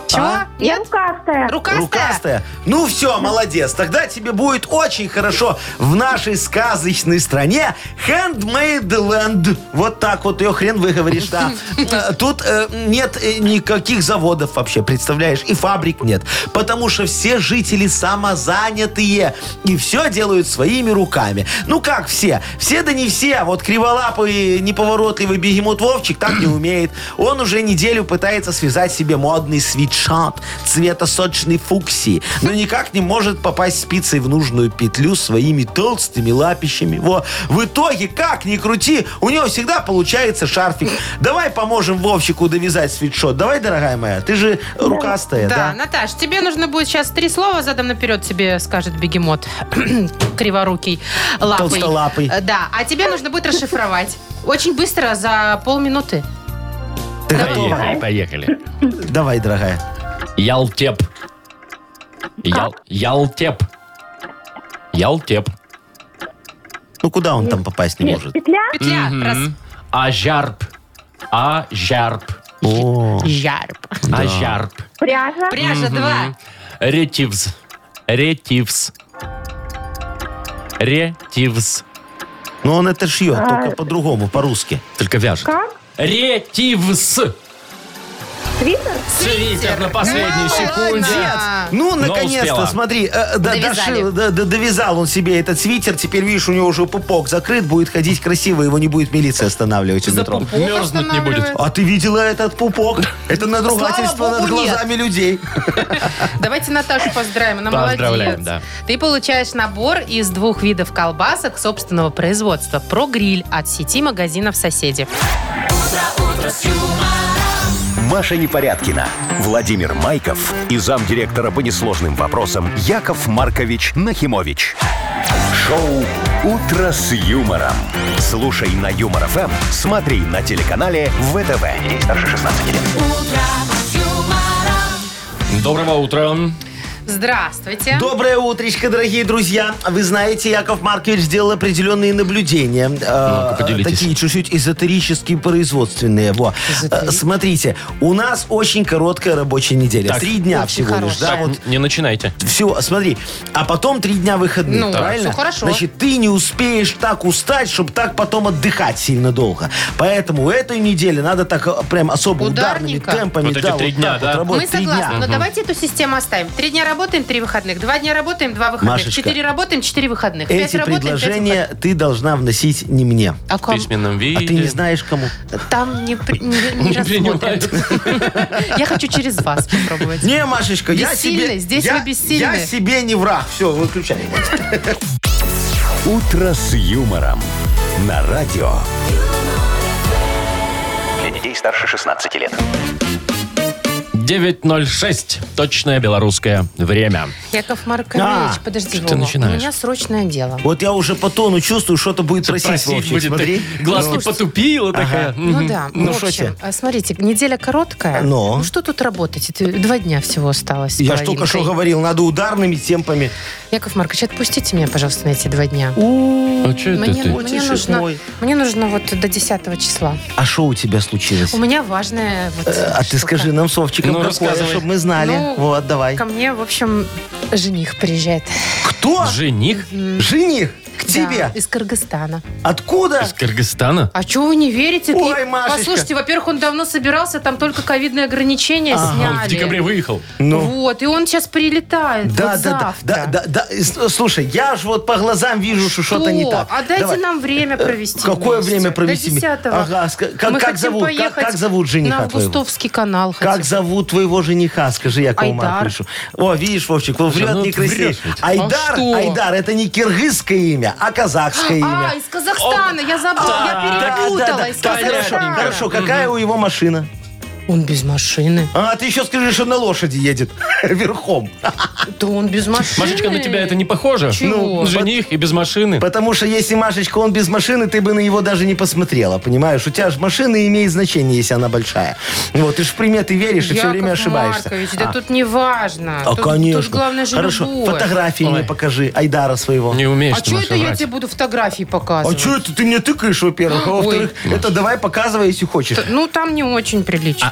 Чего? Я рукастая. Рукастая? Рукастая? Ну все, молодец. Тогда тебе будет очень хорошо в нашей сказочной стране Handmade Land. Вот так вот ее хрен выговоришь, да. Э, Тут э, нет э, никаких заводов вообще, представляешь? И фабрик нет. Потому что все жители самозанятые. И все делают своими руками. Ну как все? Все да не все. Вот криволапый, неповоротливый бегемот Вовчик так не умеет. Он уже неделю пытается связать себе модный свитшот цвета сочной фуксии, но никак не может попасть спицей в нужную петлю своими толстыми лапищами. Во. В итоге, как ни крути, у него всегда получается шарфик. Давай поможем Вовчику довязать свитшот. Давай, дорогая моя, ты же рукастая, Да, да? Наташ, тебе нужно будет сейчас три слова задом наперед тебе скажет бегемот. Криворукий, лапый. Толстолапый. Э, Да, а тебе нужно будет расшифровать. Очень быстро, за полминуты. Ты готова? Поехали, поехали. Давай, дорогая. Ялтеп. Ял, Ялтеп. Ялтеп. Ну куда он там попасть не может? Петля? Петля. Раз. Ажарп. Ажарп. О, Ярб. Ажарп. Пряжа? Пряжа, два. Ретивз. Ретивз. Ретивз. ну он это шьет, только по-другому, по-русски. Только вяжет. Как? Ретивз. Свитер? Свитер на последней секунде. Ну, Но наконец-то, успела. смотри, э, да- Довязали. дошил, да- да- довязал он себе этот свитер. Теперь, видишь, у него уже пупок закрыт, будет ходить красиво, его не будет милиция останавливать у За метро. пупок мерзнуть не будет. А ты видела этот пупок? Это надругательство Слава над богу, нет. глазами людей. Давайте Наташу поздравим, она Поздравляем, молодец. да. Ты получаешь набор из двух видов колбасок собственного производства. Про гриль от сети магазинов «Соседи». Маша Непорядкина, Владимир Майков и замдиректора по несложным вопросам Яков Маркович Нахимович. Шоу «Утро с юмором». Слушай на Юмор ФМ, смотри на телеканале ВТВ. Ей старше шестнадцати лет. Доброго утра. Здравствуйте. Доброе утречко, дорогие друзья. Вы знаете, Яков Маркович сделал определенные наблюдения. э, поделитесь. такие чуть-чуть эзотерические, производственные. Во. Э, Смотрите, у нас очень короткая рабочая неделя. Так. Три дня Очень всего лишь. Да, хорошая. вот Не начинайте. все, смотри. А потом три дня выходных, Ну, правильно? всё хорошо. Значит, ты не успеешь так устать, чтобы так потом отдыхать сильно долго. Поэтому эту неделю надо так э, прям особо ударными Ударненько. темпами. Вот эти да, три вот дня, так да? вот работать. Мы Три согласны, дня. но давайте эту систему оставим. Три дня работаем, три выходных. Два дня работаем, два выходных. Машечка, Четыре работаем, четыре выходных. Пять Эти работаем, пять предложения выходных. ты должна вносить не мне. А В ком? письменном виде. А ты не знаешь, кому? Там не, при- не, не Не рассмотрят. Я хочу через вас попробовать. Не, Машечка, я Бессильный, себе... здесь я, вы бессильны. Я себе не враг. Все, выключай. «Утро с юмором» на радио. Для детей старше шестнадцати лет. девять ноль шесть. Точное белорусское время. Яков Маркович, А, подожди, что ты Вова, у начинаешь? меня срочное дело. Вот я уже по тону чувствую, что-то будет просить, Просить Вовчик, будет, смотри. так глазки Слушайте. потупила такая. Ну Мгм. да, Ну, в шо общем, тебе? а, смотрите, неделя короткая. Но? Ну что тут работать? Это два дня всего осталось. с Я ж только что половинкой. говорил, надо ударными темпами. Яков Маркович, отпустите меня, пожалуйста, на эти два дня. А что это Мне, ты? Ой, мне тише, нужно, мой. мне нужно вот до десятого числа. А что у тебя случилось? У меня важная вот Э, А ты штука. скажи нам с Вовчиком Ну, какое, рассказывай. чтобы мы знали. Ну, Вот, давай. Ко мне, в общем, жених приезжает. Кто? Жених Жених? К тебе? Да, из Кыргызстана. Откуда? из Кыргызстана? А что вы не верите? Ой, Ты- Машечка. Послушайте, во-первых, он давно собирался, там только ковидные ограничения Он сняли. в декабре выехал. Ну. Вот, и он сейчас прилетает. Да, вот да, да, завтра. да, да, да. С- Слушай, я ж вот по глазам вижу, что что-то не так. А дайте Давай. нам время провести. Какое вместе. время провести? До десятого. Ага, ска- как- Мы как хотим зовут? Как- поехать как зовут жениха на твоего? Августовский канал. Как хотим. зовут твоего жениха? Скажи, я Айдар. Марковичу. О, видишь, Вовчик, он врет ну некрасиво. врешь ведь. Айдар, А что? Айдар, это не киргизское имя, а казахское имя. А, из Казахстана, я забыла, я Да, перепутала. да, из да, хорошо, Казахстана. хорошо, какая у его машина? Он без машины. А, ты еще скажи, что на лошади едет. Верхом. Да он без машины. Машечка, на тебя это не похоже? Чего? Ну, жених и без машины. Потому что если, Машечка, он без машины, ты бы на него даже не посмотрела, понимаешь? У тебя же машина имеет значение, если она большая. Вот, ты ж в приметы веришь и все Яков время ошибаешься. Маркович, да А. тут не важно. А, тут, конечно. Тут главное же Хорошо, любовь. фотографии мне Ой. покажи, Айдара своего. Не умеешь А ты, что Маша, это я врать. тебе буду фотографии А показывать? что это ты мне тыкаешь, во-первых? А Ой. во-вторых, это давай показывай, если хочешь. Ну, там не очень прилично. А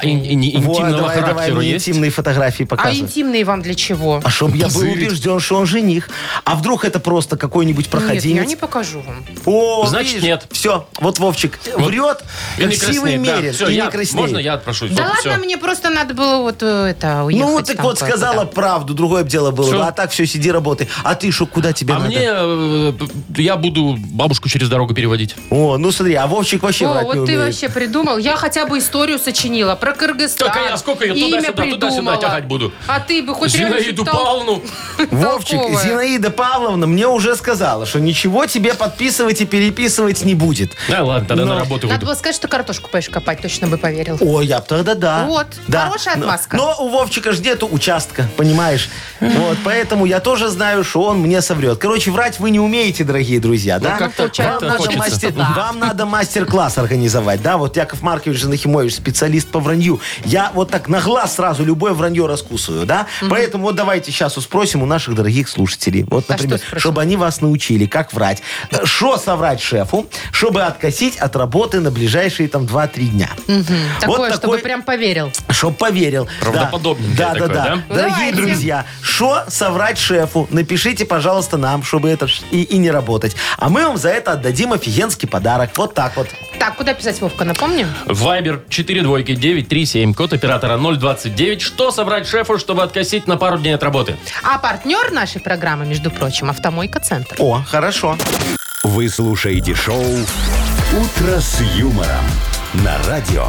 А ин- ин- Вот, интимного давай, давай характера мне есть? интимные фотографии А показывай. интимные вам для чего? А чтоб я был Позырить. убежден, что он жених. А вдруг это просто какой-нибудь Нет, проходимец? я не покажу вам. О, Значит, видишь? нет. Все, вот Вовчик Вот. врет, И не как сивый краснеет, да. мерин, Всё, и я- не краснеет. можно я отпрошусь? Да Вот, ладно, всё. мне просто надо было вот э, это уехать. Ну, вот так там вот кое-куда. сказала правду, другое б дело было. Всё. бы. А так все, сиди, работай. А ты что, куда тебе А надо? мне, э, я буду бабушку через дорогу переводить. О, ну смотри, а Вовчик вообще О, врать вот не ты умеет. вообще придумал. Я хотя бы историю сочинила про Кыргызстан. Так, а я сколько ее имя туда-сюда, туда-сюда придумала. тягать буду? А ты бы хоть реально Зинаиду что-то Павловну. Вовчик, толковое. Зинаида Павловна мне уже сказала, что ничего тебе подписывать и переписывать не будет. Да, ладно, тогда Но- на работу Надо выйду. было сказать, что картошку пойдешь копать, точно бы поверил. Ой, я б тогда да. Вот, да. хорошая Но- отмазка. Но, у Вовчика ж нету участка, понимаешь? Вот, поэтому я тоже знаю, что он мне соврет. Короче, врать вы не умеете, дорогие друзья, да? как-то- Получается, как-то Вам надо, хочется. мастер- Да. вам надо мастер-класс организовать, да? Вот Яков Маркович Нахимович, специалист по вранью. Я вот так на глаз сразу любое вранье раскусываю, да? Поэтому вот давайте сейчас спросим у наших дорогих слушателей. Вот, А например, что спросим? чтобы они вас научили, как врать. Что соврать шефу, чтобы откосить от работы на ближайшие там два-три дня. Такое, вот чтобы прям поверил. Чтоб поверил. Правдоподобненькое Да, да, такое, да. да? Ну, Дорогие давайте. друзья, что соврать шефу? Напишите, пожалуйста, нам, чтобы это ж и, и не работать. А мы вам за это отдадим офигенский подарок. Вот так вот. Так, куда писать, Вовка, напомним? Вайбер четыре двойки девять три семь, код оператора ноль двадцать девять. Что собрать шефу, чтобы откосить на пару дней от работы? А партнер нашей программы, между прочим, «Автомойка Центр». О, хорошо. Вы слушаете шоу «Утро с юмором» на радио.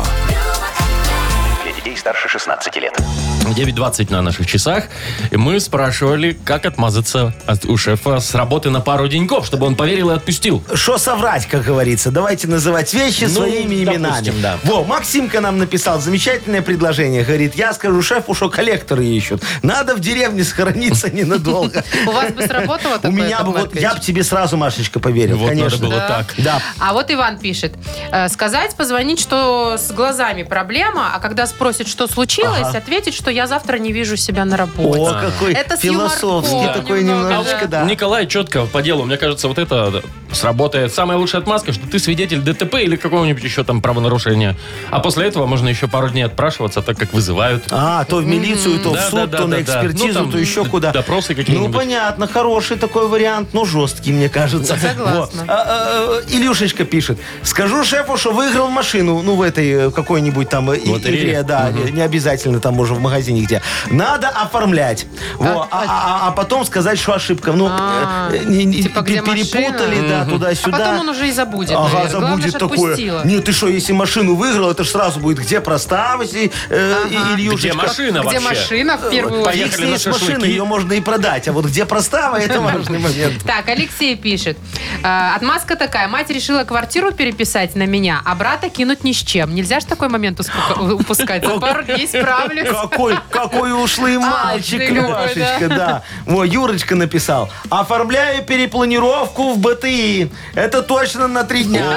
Для детей старше шестнадцати лет. девять двадцать на наших часах. И мы спрашивали, как отмазаться от, у шефа с работы на пару деньков, чтобы он поверил и отпустил. Что соврать, как говорится. Давайте называть вещи Ну, своими именами. допустим, да. Во, Максимка нам написал замечательное предложение. Говорит, я скажу шефу, что коллекторы ищут. Надо в деревне сохраниться ненадолго. У вас бы сработало У такое, меня Яков бы, вот, Маркович? я бы тебе сразу, Машечка, поверил, Вот конечно. надо было Да. так. Да. А вот Иван пишет. э, Сказать, позвонить, что с глазами проблема, а когда спросит, что случилось, Ага. ответить, что я завтра не вижу себя на работе. О, какой Это с философский юморком такой немного, немножечко, да. да. Николай четко по делу. Мне кажется, вот это да, сработает. Самая лучшая отмазка, что ты свидетель ДТП или какого-нибудь еще там правонарушения. А после этого можно еще пару дней отпрашиваться, так как вызывают. А, то в милицию, то в Да, суд, да, да, то на да, да. экспертизу, Ну, там то еще куда. допросы Ну, какие-нибудь. понятно, хороший такой вариант, но жесткий, мне кажется. Согласна. Во. А, а, а, Илюшечка пишет. Скажу шефу, что выиграл машину, ну, в этой э, какой-нибудь там э, и- Лотерее? игре, да, не обязательно там уже в магазине где. Надо оформлять. Во. А, а- а потом сказать, что ошибка. Ну, А, э, не- не- типа, где пе- перепутали, машина? да, А туда-сюда. потом он уже и забудет. Ага, наверное. Главное, забудет ж такое. отпустила. Нет, ты что, если машину выиграл, это ж сразу будет, где простава, си- э, и- Ага. Ильюшечка. Где машина Где вообще? машина в первую Поехали очередь? Фиг с на ней с машиной, шашлыки. ее можно и продать. А вот где простава, это важный момент. Так, Алексей пишет. «Э, Отмазка такая. Мать решила квартиру переписать на меня, а брата кинуть ни с чем. Нельзя же такой момент успука- упускать. За пару дней справлюсь. Какой, какой ушлый мальчик, ты какой, Машечка, да. Во, Юрочка написал. Оформляю перепланировку в БТИ. Это точно на три дня.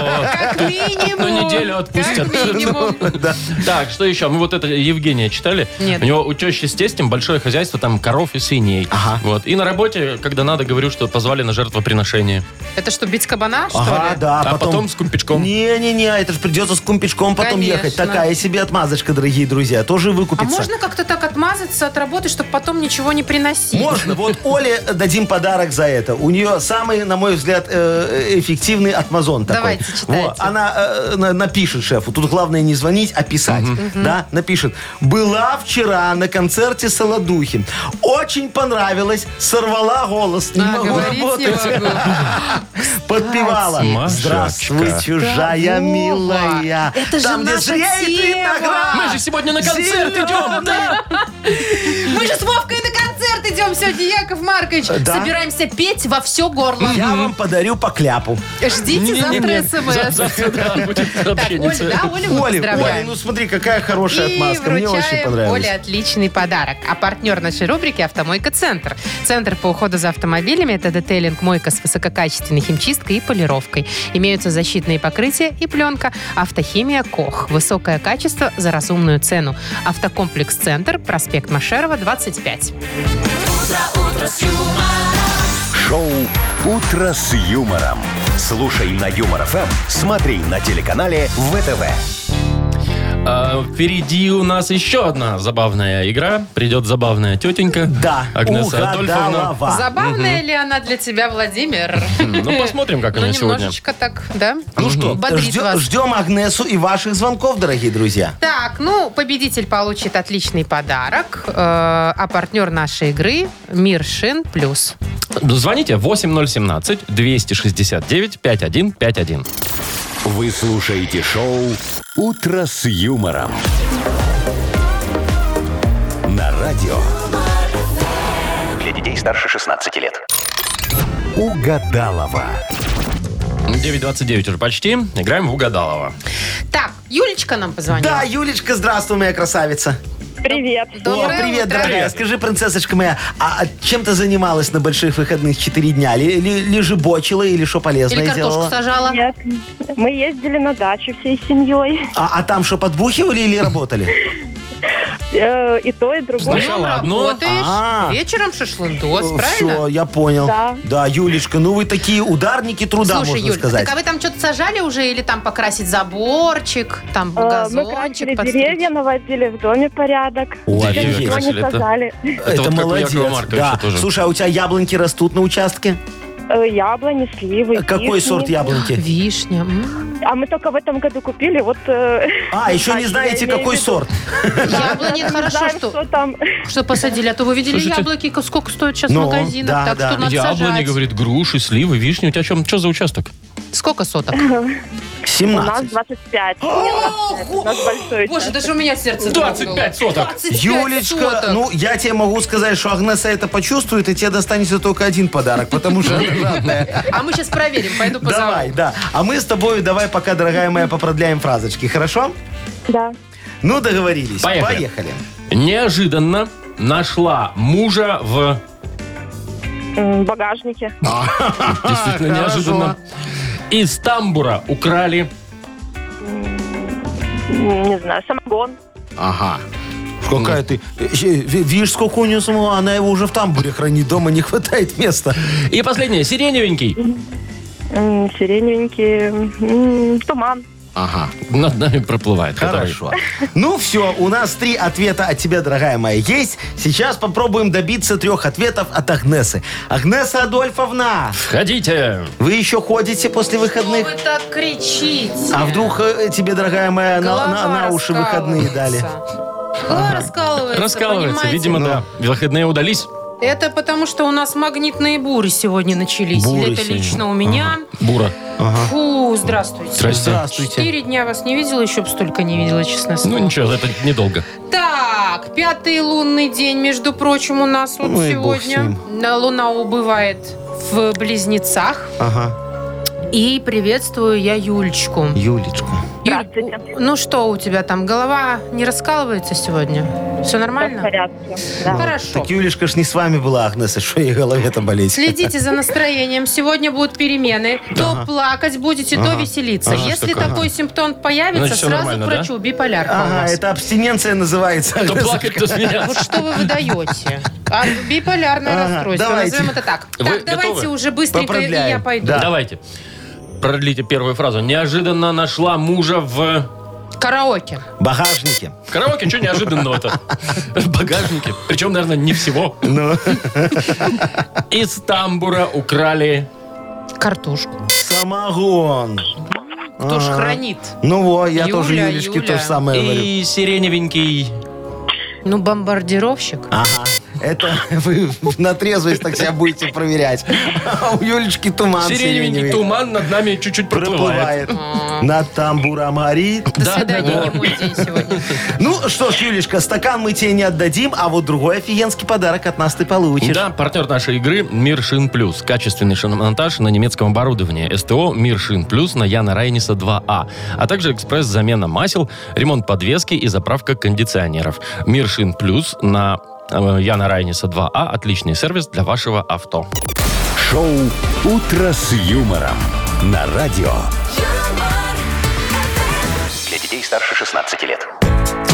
Как минимум. На неделю отпустят. Как минимум. Так, что еще? Мы вот это Евгения читали. Нет. У него у тещи с тестем большое хозяйство, там коров и свиней. Ага. Вот. И на работе, когда надо, говорю, что позвали на жертвоприношение. Это что, бить кабана, что Ага, ли? да, А потом с кумпичком. Не-не-не, это же придется с кумпичком потом Конечно. ехать. Такая себе отмазочка, дорогие друзья. Тоже А выкупится. можно как-то так отмазаться от работы, чтобы потом ничего не приносить? Можно. Вот Оле дадим подарок за это. У нее самый, на мой взгляд, э, эффективный отмазон такой. Давайте, читайте. Вот. Она э, на- напишет шефу. Тут главное не звонить, а писать. Да, напишет. Была вчера на концерте Солодухи. Очень понравилось. Сорвала голос. Не А, могу говорить не работать. могу. Подпевала. Машечка. Здравствуй, чужая Да, милая. это же Там, где наша зреет тема. виноград. Мы же сегодня на концерт идем, да? Мы же с Вовкой на концерт идем сегодня, Яков Маркович. Да? Собираемся петь во все горло. Я вам подарю по кляпу. Ждите Не-не-не. завтра смс. Завтра, да, будет Так, сообщение. Оля, да, Оля, мы Оля, Оля, поздравляем. ну смотри, какая хорошая И отмазка. Мне очень вручаем понравилось. Оле отличный подарок. А партнер нашей рубрики «Автомойка Центр». Центр по уходу за автомобилями – это детейлинг, мойка с высококачественной химчисткой и полировкой. Имеются защитные покрытия и пленка. Автохимия «Кох». Высокое качество за разумную цену. Автокомплекс «Центр», проспект Машерова, двадцать пять. Шоу «Утро с юмором». Слушай на Юмор ФМ, смотри на телеканале ВТВ. А, впереди у нас еще одна забавная игра. Придет забавная тетенька. Да, Агнеса Адольфовна. угадалова. Забавная ли она для тебя, Владимир? Ну, посмотрим, как Ну, она сегодня. немножечко так, да? Ну что, Бодрит ждем, вас. ждем Агнесу и ваших звонков, дорогие друзья. Так, ну, победитель получит отличный подарок. Э, а партнер нашей игры Мир Шин Плюс. Звоните восемь ноль семнадцать двести шестьдесят девять пятьдесят один пятьдесят один. Вы слушаете шоу «Утро с юмором». На радио Для детей старше шестнадцати лет. «Угадалова». девять двадцать девять уже почти. Играем в Угадалова. Так, Юлечка нам позвонила. Да, Юлечка, здравствуй, моя красавица. Привет. Доброе О, привет, утро. дорогая. Скажи, принцессочка моя, а чем ты занималась на больших выходных четыре дня? Ли, ли, ли жебочила или что полезное Или картошку делала? сажала. Нет, мы ездили на дачу всей семьей. А, а там что, подбухивали или работали? Э, И то, и другое. Сначала Днем одно. работаешь, А. вечером шашлындос, Все, правильно? я понял. Да. Да, Юлечка, ну вы такие ударники труда, Слушай, можно Юль, сказать. так а вы там что-то сажали уже или там покрасить заборчик, там Э, Мы газончик красили подстричь? деревья, наводили в доме порядок. О, Деревья офигеть. Ничего красили, не это- сажали. Это, вот как у молодец. Якова Марковича Да. тоже. Слушай, а у тебя яблоньки растут на участке? Э, Яблони, сливы, Какой вишни. сорт яблоньки? Вишня. м. А мы только в этом году купили, вот... э, А, еще не я знаете, имею какой в виду. сорт? Яблони, Не хорошо, знаем, что, что там. что посадили. А то вы видели Слушайте. яблоки, сколько стоят сейчас Ну, в магазинах. да, так да. что надо Яблони, сажать. говорит, груши, сливы, вишни. У тебя что, что за участок? Сколько соток? У нас семнадцать. двадцать пять. У нас большой Боже, участок. даже у меня сердце двадцать пять соток. двадцать пять Юлечка, соток. ну, я тебе могу сказать, что Агнеса это почувствует, и тебе достанется только один подарок, потому что она жадная. А мы сейчас проверим, пойду позову. Давай, да. А мы с тобой давай пока, дорогая моя, попродляем фразочки, хорошо? Да. Ну, договорились. Поехали. Поехали. Неожиданно нашла мужа в... М, Багажники. Действительно хорошо. неожиданно. Из тамбура украли... М, Не знаю, самогон. Ага. Какая ты... э, ви- Видишь, сколько у нее самого, она его уже в тамбуре хранит, дома не хватает места. И последнее, сиреневенький. М, Сиреневенький. м, Туман. Ага. Над нами проплывает. который. Хорошо. Ну все, у нас три ответа от тебя, дорогая моя, есть. Сейчас попробуем добиться трех ответов от Агнесы. Агнеса Адольфовна, Входите. вы еще ходите после Что выходных? вы так кричите? А вдруг э, тебе, дорогая моя, на, Голова на- на уши выходные дали? раскалывается. Голова раскалывается, Раскалывается. понимаете? Видимо, да. Выходные удались. Это потому, что у нас магнитные бури сегодня начались. Буры Или это сегодня. лично у меня. Бура. Фу, здравствуйте. Здрасте. Здравствуйте. Четыре дня вас не видела, еще бы столько не видела, честно Ну слово. ничего, это недолго. Так, пятый лунный день, между прочим, у нас вот Ну и бог с сегодня. ним. На- Луна убывает в Близнецах. Ага. И приветствую я Юлечку. Юлечка. Юль, Здравствуйте. ну что у тебя там, голова не раскалывается сегодня? Все Всё в нормально? порядке. Да. Хорошо. Так Юлечка ж не с вами была, Агнеса, что ей голове-то болеть? Следите за настроением. Сегодня будут перемены. То плакать будете, то веселиться. Ага, Если что такое? такой симптом появится, Значит, всё сразу нормально, к да? врачу. Биполярка у Ага, вас. это абстиненция называется. То Агнесочка. плакать, то Вот смеяться. что вы выдаете? А, биполярное Ага, расстройство. давайте. Назовем это так. Вы Так, давайте готовы? уже быстренько, и Попродляем. я пойду. Да. Давайте. Продлите первую фразу. Неожиданно нашла мужа в... Караоке. Багажники. В караоке, что неожиданного-то? В багажнике. Причем, наверное, не всего. Ну, Из тамбура украли... Картошку. самогон. Кто ж Ага. хранит? Ну вот, я Юля, тоже Юлечке Юля. то же самое говорю. И сиреневенький... Ну, бомбардировщик. Ага. Это вы на трезвость так себя будете проверять. А у Юлечки туман Сиреневенький сиреневый. туман над нами чуть-чуть проплывает. Проплывает. Над тамбуром горит. До Да, свидания, да. не мой день сегодня. Ну что ж, Юлечка, стакан мы тебе не отдадим, а вот другой офигенский подарок от нас ты получишь. Да, партнер нашей игры Мир Шин Плюс. Качественный шиномонтаж на немецком оборудовании. СТО Мир Шин Плюс на Яна Райниса два А. А также экспресс-замена масел, ремонт подвески и заправка кондиционеров. Мир Шин Плюс на э, Яна Райниса два А. Отличный сервис для вашего авто. Шоу «Утро с юмором» на радио. Для детей старше шестнадцати лет.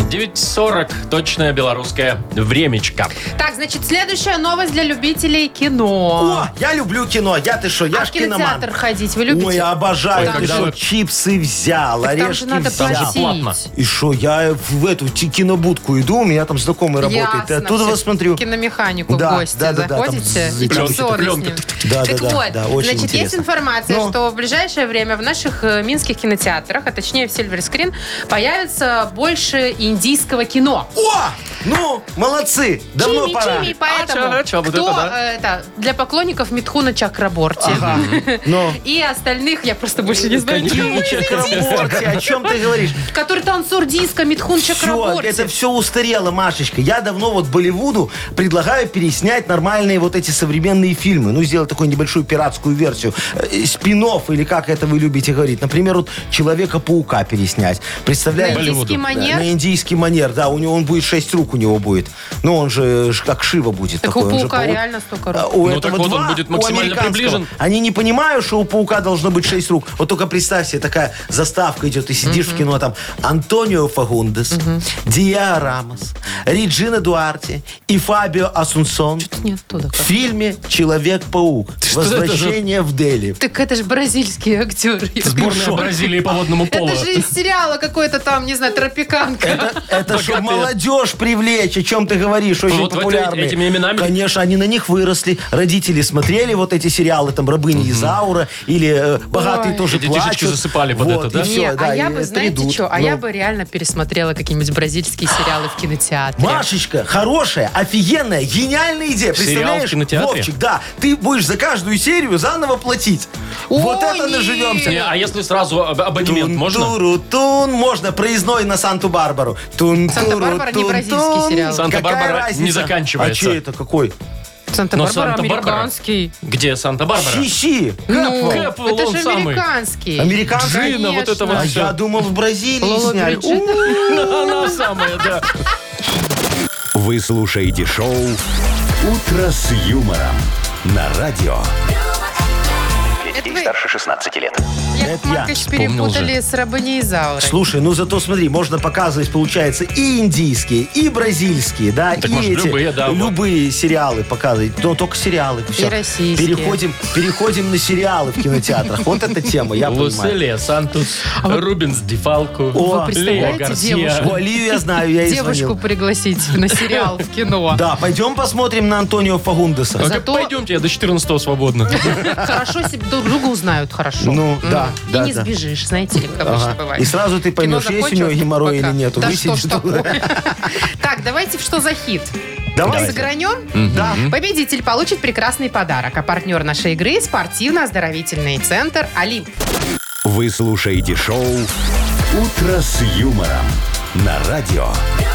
девять сорок, точное белорусское времечко. Так, значит, следующая новость для любителей кино. О, я люблю кино. Я ты что, я а ж в кинотеатр киноман. ходить вы любите? Ой, я обожаю. Ой, Ты когда что, вы- чипсы взял, Так там орешки же надо взял. Там же платить. платно. И что, я в эту ти- кинобудку иду, у меня там знакомый работает. Ясно, И оттуда все вас смотрю. в киномеханику Да, в гости да, да, да, там заходите. з- и пленки, ссоры с пленка. ним. Да, так да, да, вот, да, очень значит, есть интересно. информация, Ну? что в ближайшее время в наших э, минских кинотеатрах, а точнее в Silver Screen, появится больше индийского кино. О! Ну, молодцы. Давно Чими, пора. чими, поэтому А чё, чё, вот кто, это да? э, это, для поклонников Митхуна Чакраборти. Ага. Ну. И остальных, я просто больше не знаю, Какие никого. Чакраборти, о чем ты говоришь? Который танцор диска Митхун Все, Чакраборти. это все устарело, Машечка. Я давно вот Болливуду предлагаю переснять нормальные вот эти современные фильмы. Ну, сделать такую небольшую пиратскую версию. Э, Спин-офф, или как это вы любите говорить. Например, вот Человека-паука переснять. Представляете? На индийский Болливуду. манер. На индийский манер, да. У него он будет шесть рук у него будет. Ну, он же ж как Шива будет. Так такой. у Он же паука паук. реально столько А рук. У Ну, этого так вот он два, будет у максимально американского. приближен. Они не понимают, что у паука должно быть шесть рук. Вот только представь себе, такая заставка идет, ты сидишь в кино, там Антонио Фагундес, Диа Рамос, Реджина Дуарте и Фабио Асунсон Нет, туда в как. фильме «Человек-паук. Что это за- Возвращение в Дели». Так это же бразильские актеры. Сборная Бразилии по водному полу. Это же из сериала какой-то там, не знаю, «Тропиканка». Это, это чтобы Богатые. молодежь привлечь, о чем ты говоришь, очень Вот в эти- популярные. этими именами? Конечно, они на них выросли. Родители смотрели вот эти сериалы, там «Рабыня Изаура» или э, «Богатые Ой. тоже И детишечки плачут». засыпали под Вот, это, да? и всё, Не, да, а я и бы, это знаете идут. что, а Ну. я бы реально пересмотрела какие-нибудь бразильские сериалы в кинотеатре. Машечка, хорошая, офигенная, гениальная идея. Сериал в Представляешь, кинотеатре? Вовчик, да, ты будешь за каждую серию заново платить. вот О, это нет. наживемся. Не, а если сразу аб- абонемент можно? Тун-туру-тун, можно проездной на Санту-Барбару. Тун-туру-тун-тун. Санта-Барбара не бразильский сериал. Санта-Барбара Какая не разница? заканчивается. А чей это какой? Санта-Барбара Санта-Барбара? американский. Где Санта-Барбара? Щи-щи. Ну, Кэпвелл, это он же самый. американский. Американский? Джина, вот это вот А всё. я думал, в Бразилии Лола сняли. Бриджит. Она самая, да. Вы слушаете шоу «Утро с юмором» на радио. Для детей вы- старше шестнадцати лет. Яков Это я Маркович вспомнил перепутали с Рабыней Изаурой. Слушай, ну зато смотри, можно показывать, получается, и индийские, и бразильские, да, Так, и может, эти, любые, да, вот. любые сериалы показывать. Но только сериалы. Всё. российские. Переходим, переходим на сериалы в кинотеатрах. Вот эта тема, я понимаю. Луселия Сантус, Рубинс Дефалку, О, Вы представляете Лео Гарсия. девушку? О, Оливию я знаю, я ей Девушку звонил. пригласить на сериал в кино. Да, пойдем посмотрим на Антонио Фагундеса. Ну, Зато- Пойдемте, я до четырнадцатого свободно. Хорошо себе друг друга узнают хорошо. Ну, М. да, И да, не да. сбежишь, знаете ли, как обычно Ага. бывает. И сразу ты поймешь, Кино есть у него закончилось геморрой пока? или нету. Да Высидишь что ж тут. такое. Так, давайте в что за хит? Давай. Сыгранем? Да. Победитель получит прекрасный подарок. А партнер нашей игры – спортивно-оздоровительный центр «Олимп». Вы слушаете шоу «Утро с юмором» на радио.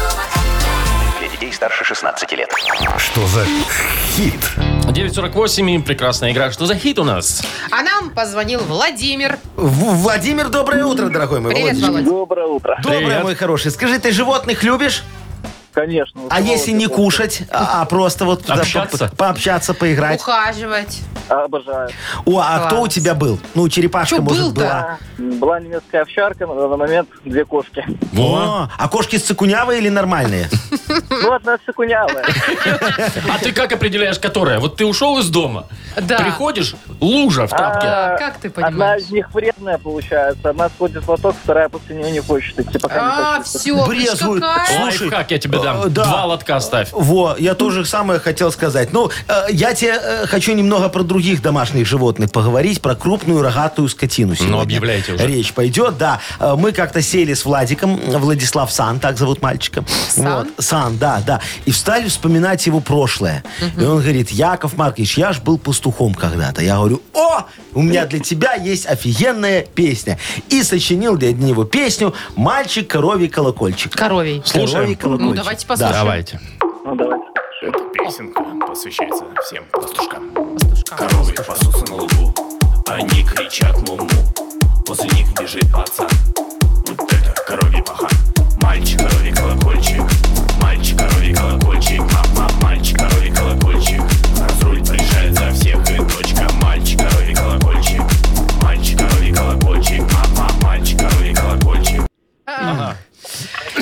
Для детей старше шестнадцати лет. Что за хит? девять сорок восемь, и прекрасная игра. Что за хит у нас? А нам позвонил Владимир. В- Владимир, доброе утро, дорогой мой. Привет, Володечка. Володя. Доброе утро. Доброе, Привет. мой хороший. Скажи, ты животных любишь? Конечно. А если не кушать? кушать, а а просто вот туда Общаться? по- пообщаться, поиграть? Ухаживать. Обожаю. О, а Класс. кто у тебя был? Ну, черепашка, Чё может, был-то? была. Была немецкая овчарка, на данный момент две кошки. О, а кошки цикунявые или нормальные? Ну, одна цикунявая. А ты как определяешь, которая? Вот ты ушел из дома, Да. приходишь, лужа в тапке. А, как ты Одна понимаешь? из них вредная получается. Одна сходит в лоток, вторая после нее не хочет идти, пока не А, хочется. все, Брезгуют. какая. Слушай, Лайфхак я тебе дам. э, да. Два лотка ставь. Во, я тоже самое хотел сказать. Ну, э, я тебе э, хочу немного про других домашних животных поговорить, про крупную рогатую скотину сегодня. Ну, объявляйте уже. Речь пойдет, да. Э, Мы как-то сели с Владиком, Владислав Сан, так зовут мальчика. Сан? Вот, Сан, да, да. И встали вспоминать его прошлое. И он говорит: Яков Маркович, я ж был пастухом когда-то. Я говорю: о, у меня для тебя есть офигенная песня. И сочинил для него песню «Мальчик, коровий колокольчик». Коровей. Слушаем. Коровий колокольчик. Ну, давайте послушаем. Давайте. Ну, давайте. Эта песенка посвящается всем пастушкам. Пастушка. Коровы пасутся на лугу, они кричат му-му. После них бежит пацан, вот это коровий пахан. Мальчик, коровий колокольчик, мальчик, коровий колокольчик, мама, мальчик, коровий колокольчик. Разруль приезжает за всех и дочка, мальчик, коровий колокольчик, мальчик, коровий колокольчик, мама, мальчик, коровий колокольчик. А,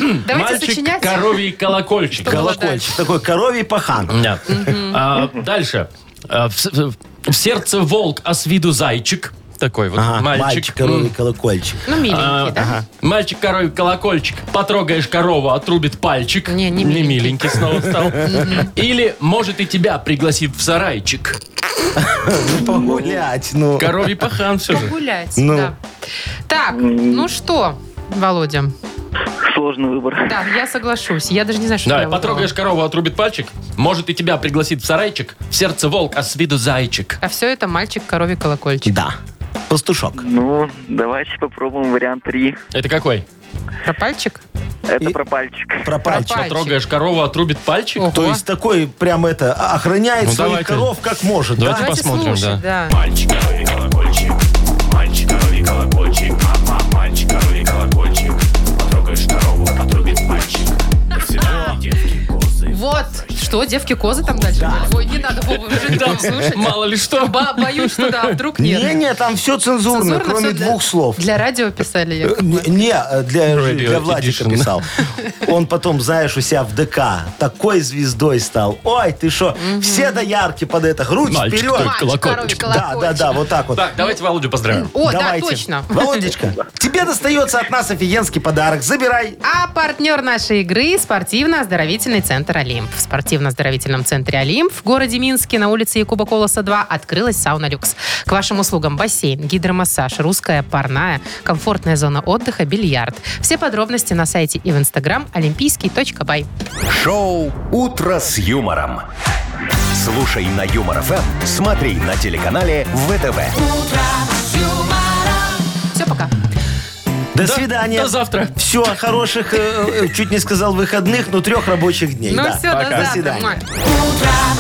Давайте Мальчик, сочинять. коровий колокольчик. Что было Колокольчик. Такой коровий пахан. Да. А, дальше. А, в, с- в сердце волк, а с виду зайчик. Такой вот Ага, мальчик. мальчик, коровий М. колокольчик. Ну, миленький, А, да? Мальчик, коровий колокольчик. Потрогаешь корову, отрубит пальчик. Не, не миленький. миленький снова стал. Или может и тебя пригласит в сарайчик. Погулять, ну. Коровий пахан все же. Погулять, Ну. да. Так, ну что, Володя? Сложный выбор. Да, я соглашусь. Я даже не знаю, что Давай, я выбрала. потрогаешь корову, отрубит пальчик. Может и тебя пригласит в сарайчик. В сердце волк, а с виду зайчик. А все это мальчик коровий колокольчик. Да. Пастушок. Ну, давайте попробуем вариант три. Это какой? Про пальчик? Это И- про пальчик. Про пальчик. пальчик. Потрогаешь корову, отрубит пальчик. Ого. То есть такой прям это охраняет Ну, своих давайте. коров как может, Давайте да? Давайте посмотрим, слушать, да. да. Мальчик, коровий колокольчик. Мальчик, коровий колокольчик. Мама, мальчик, коровий колокольчик. Потрогаешь корову, отрубит пальчик. До свидания, девки, козы. Вот. Что, девки-козы там дальше были? Ой, не надо, Вова, уже не буду слушать. Мало ли что. Ба- Боюсь, что да, вдруг нет. Не-не, там все цензурно, Цензурно кроме всё для- двух слов. Для радио писали, Э, Яков Не, Маркович. не, э, для, Radio для Владика Edition. писал. Он потом, знаешь, у себя в ДК такой звездой стал. Ой, ты что, все доярки под это, грудь Мальчик вперед. такой. Мальчик, коровий колокольчик. Да, да, колокольчик. да, вот так вот. Так, давайте Володю поздравим. О, Давайте. да, точно. Володечка, тебе достается от нас офигенский подарок. Забирай. А партнер нашей игры – спортивно-оздоровительный центр «Олимп». В спортивно-оздоровительном центре «Олимп» в городе Минске на улице Якуба Колоса два открылась сауна «Люкс». К вашим услугам бассейн, гидромассаж, русская парная, комфортная зона отдыха, бильярд. Все подробности на сайте и в инстаграм олимпийский точка бай. Шоу «Утро с юмором». Слушай на Юмор ФМ, смотри на телеканале ВТВ. Все, пока. До Да, свидания. до завтра. Все, хороших, э, э, чуть не сказал выходных, но трех рабочих дней. Ну да. все, до Пока. завтра. До свидания. Мать. Утро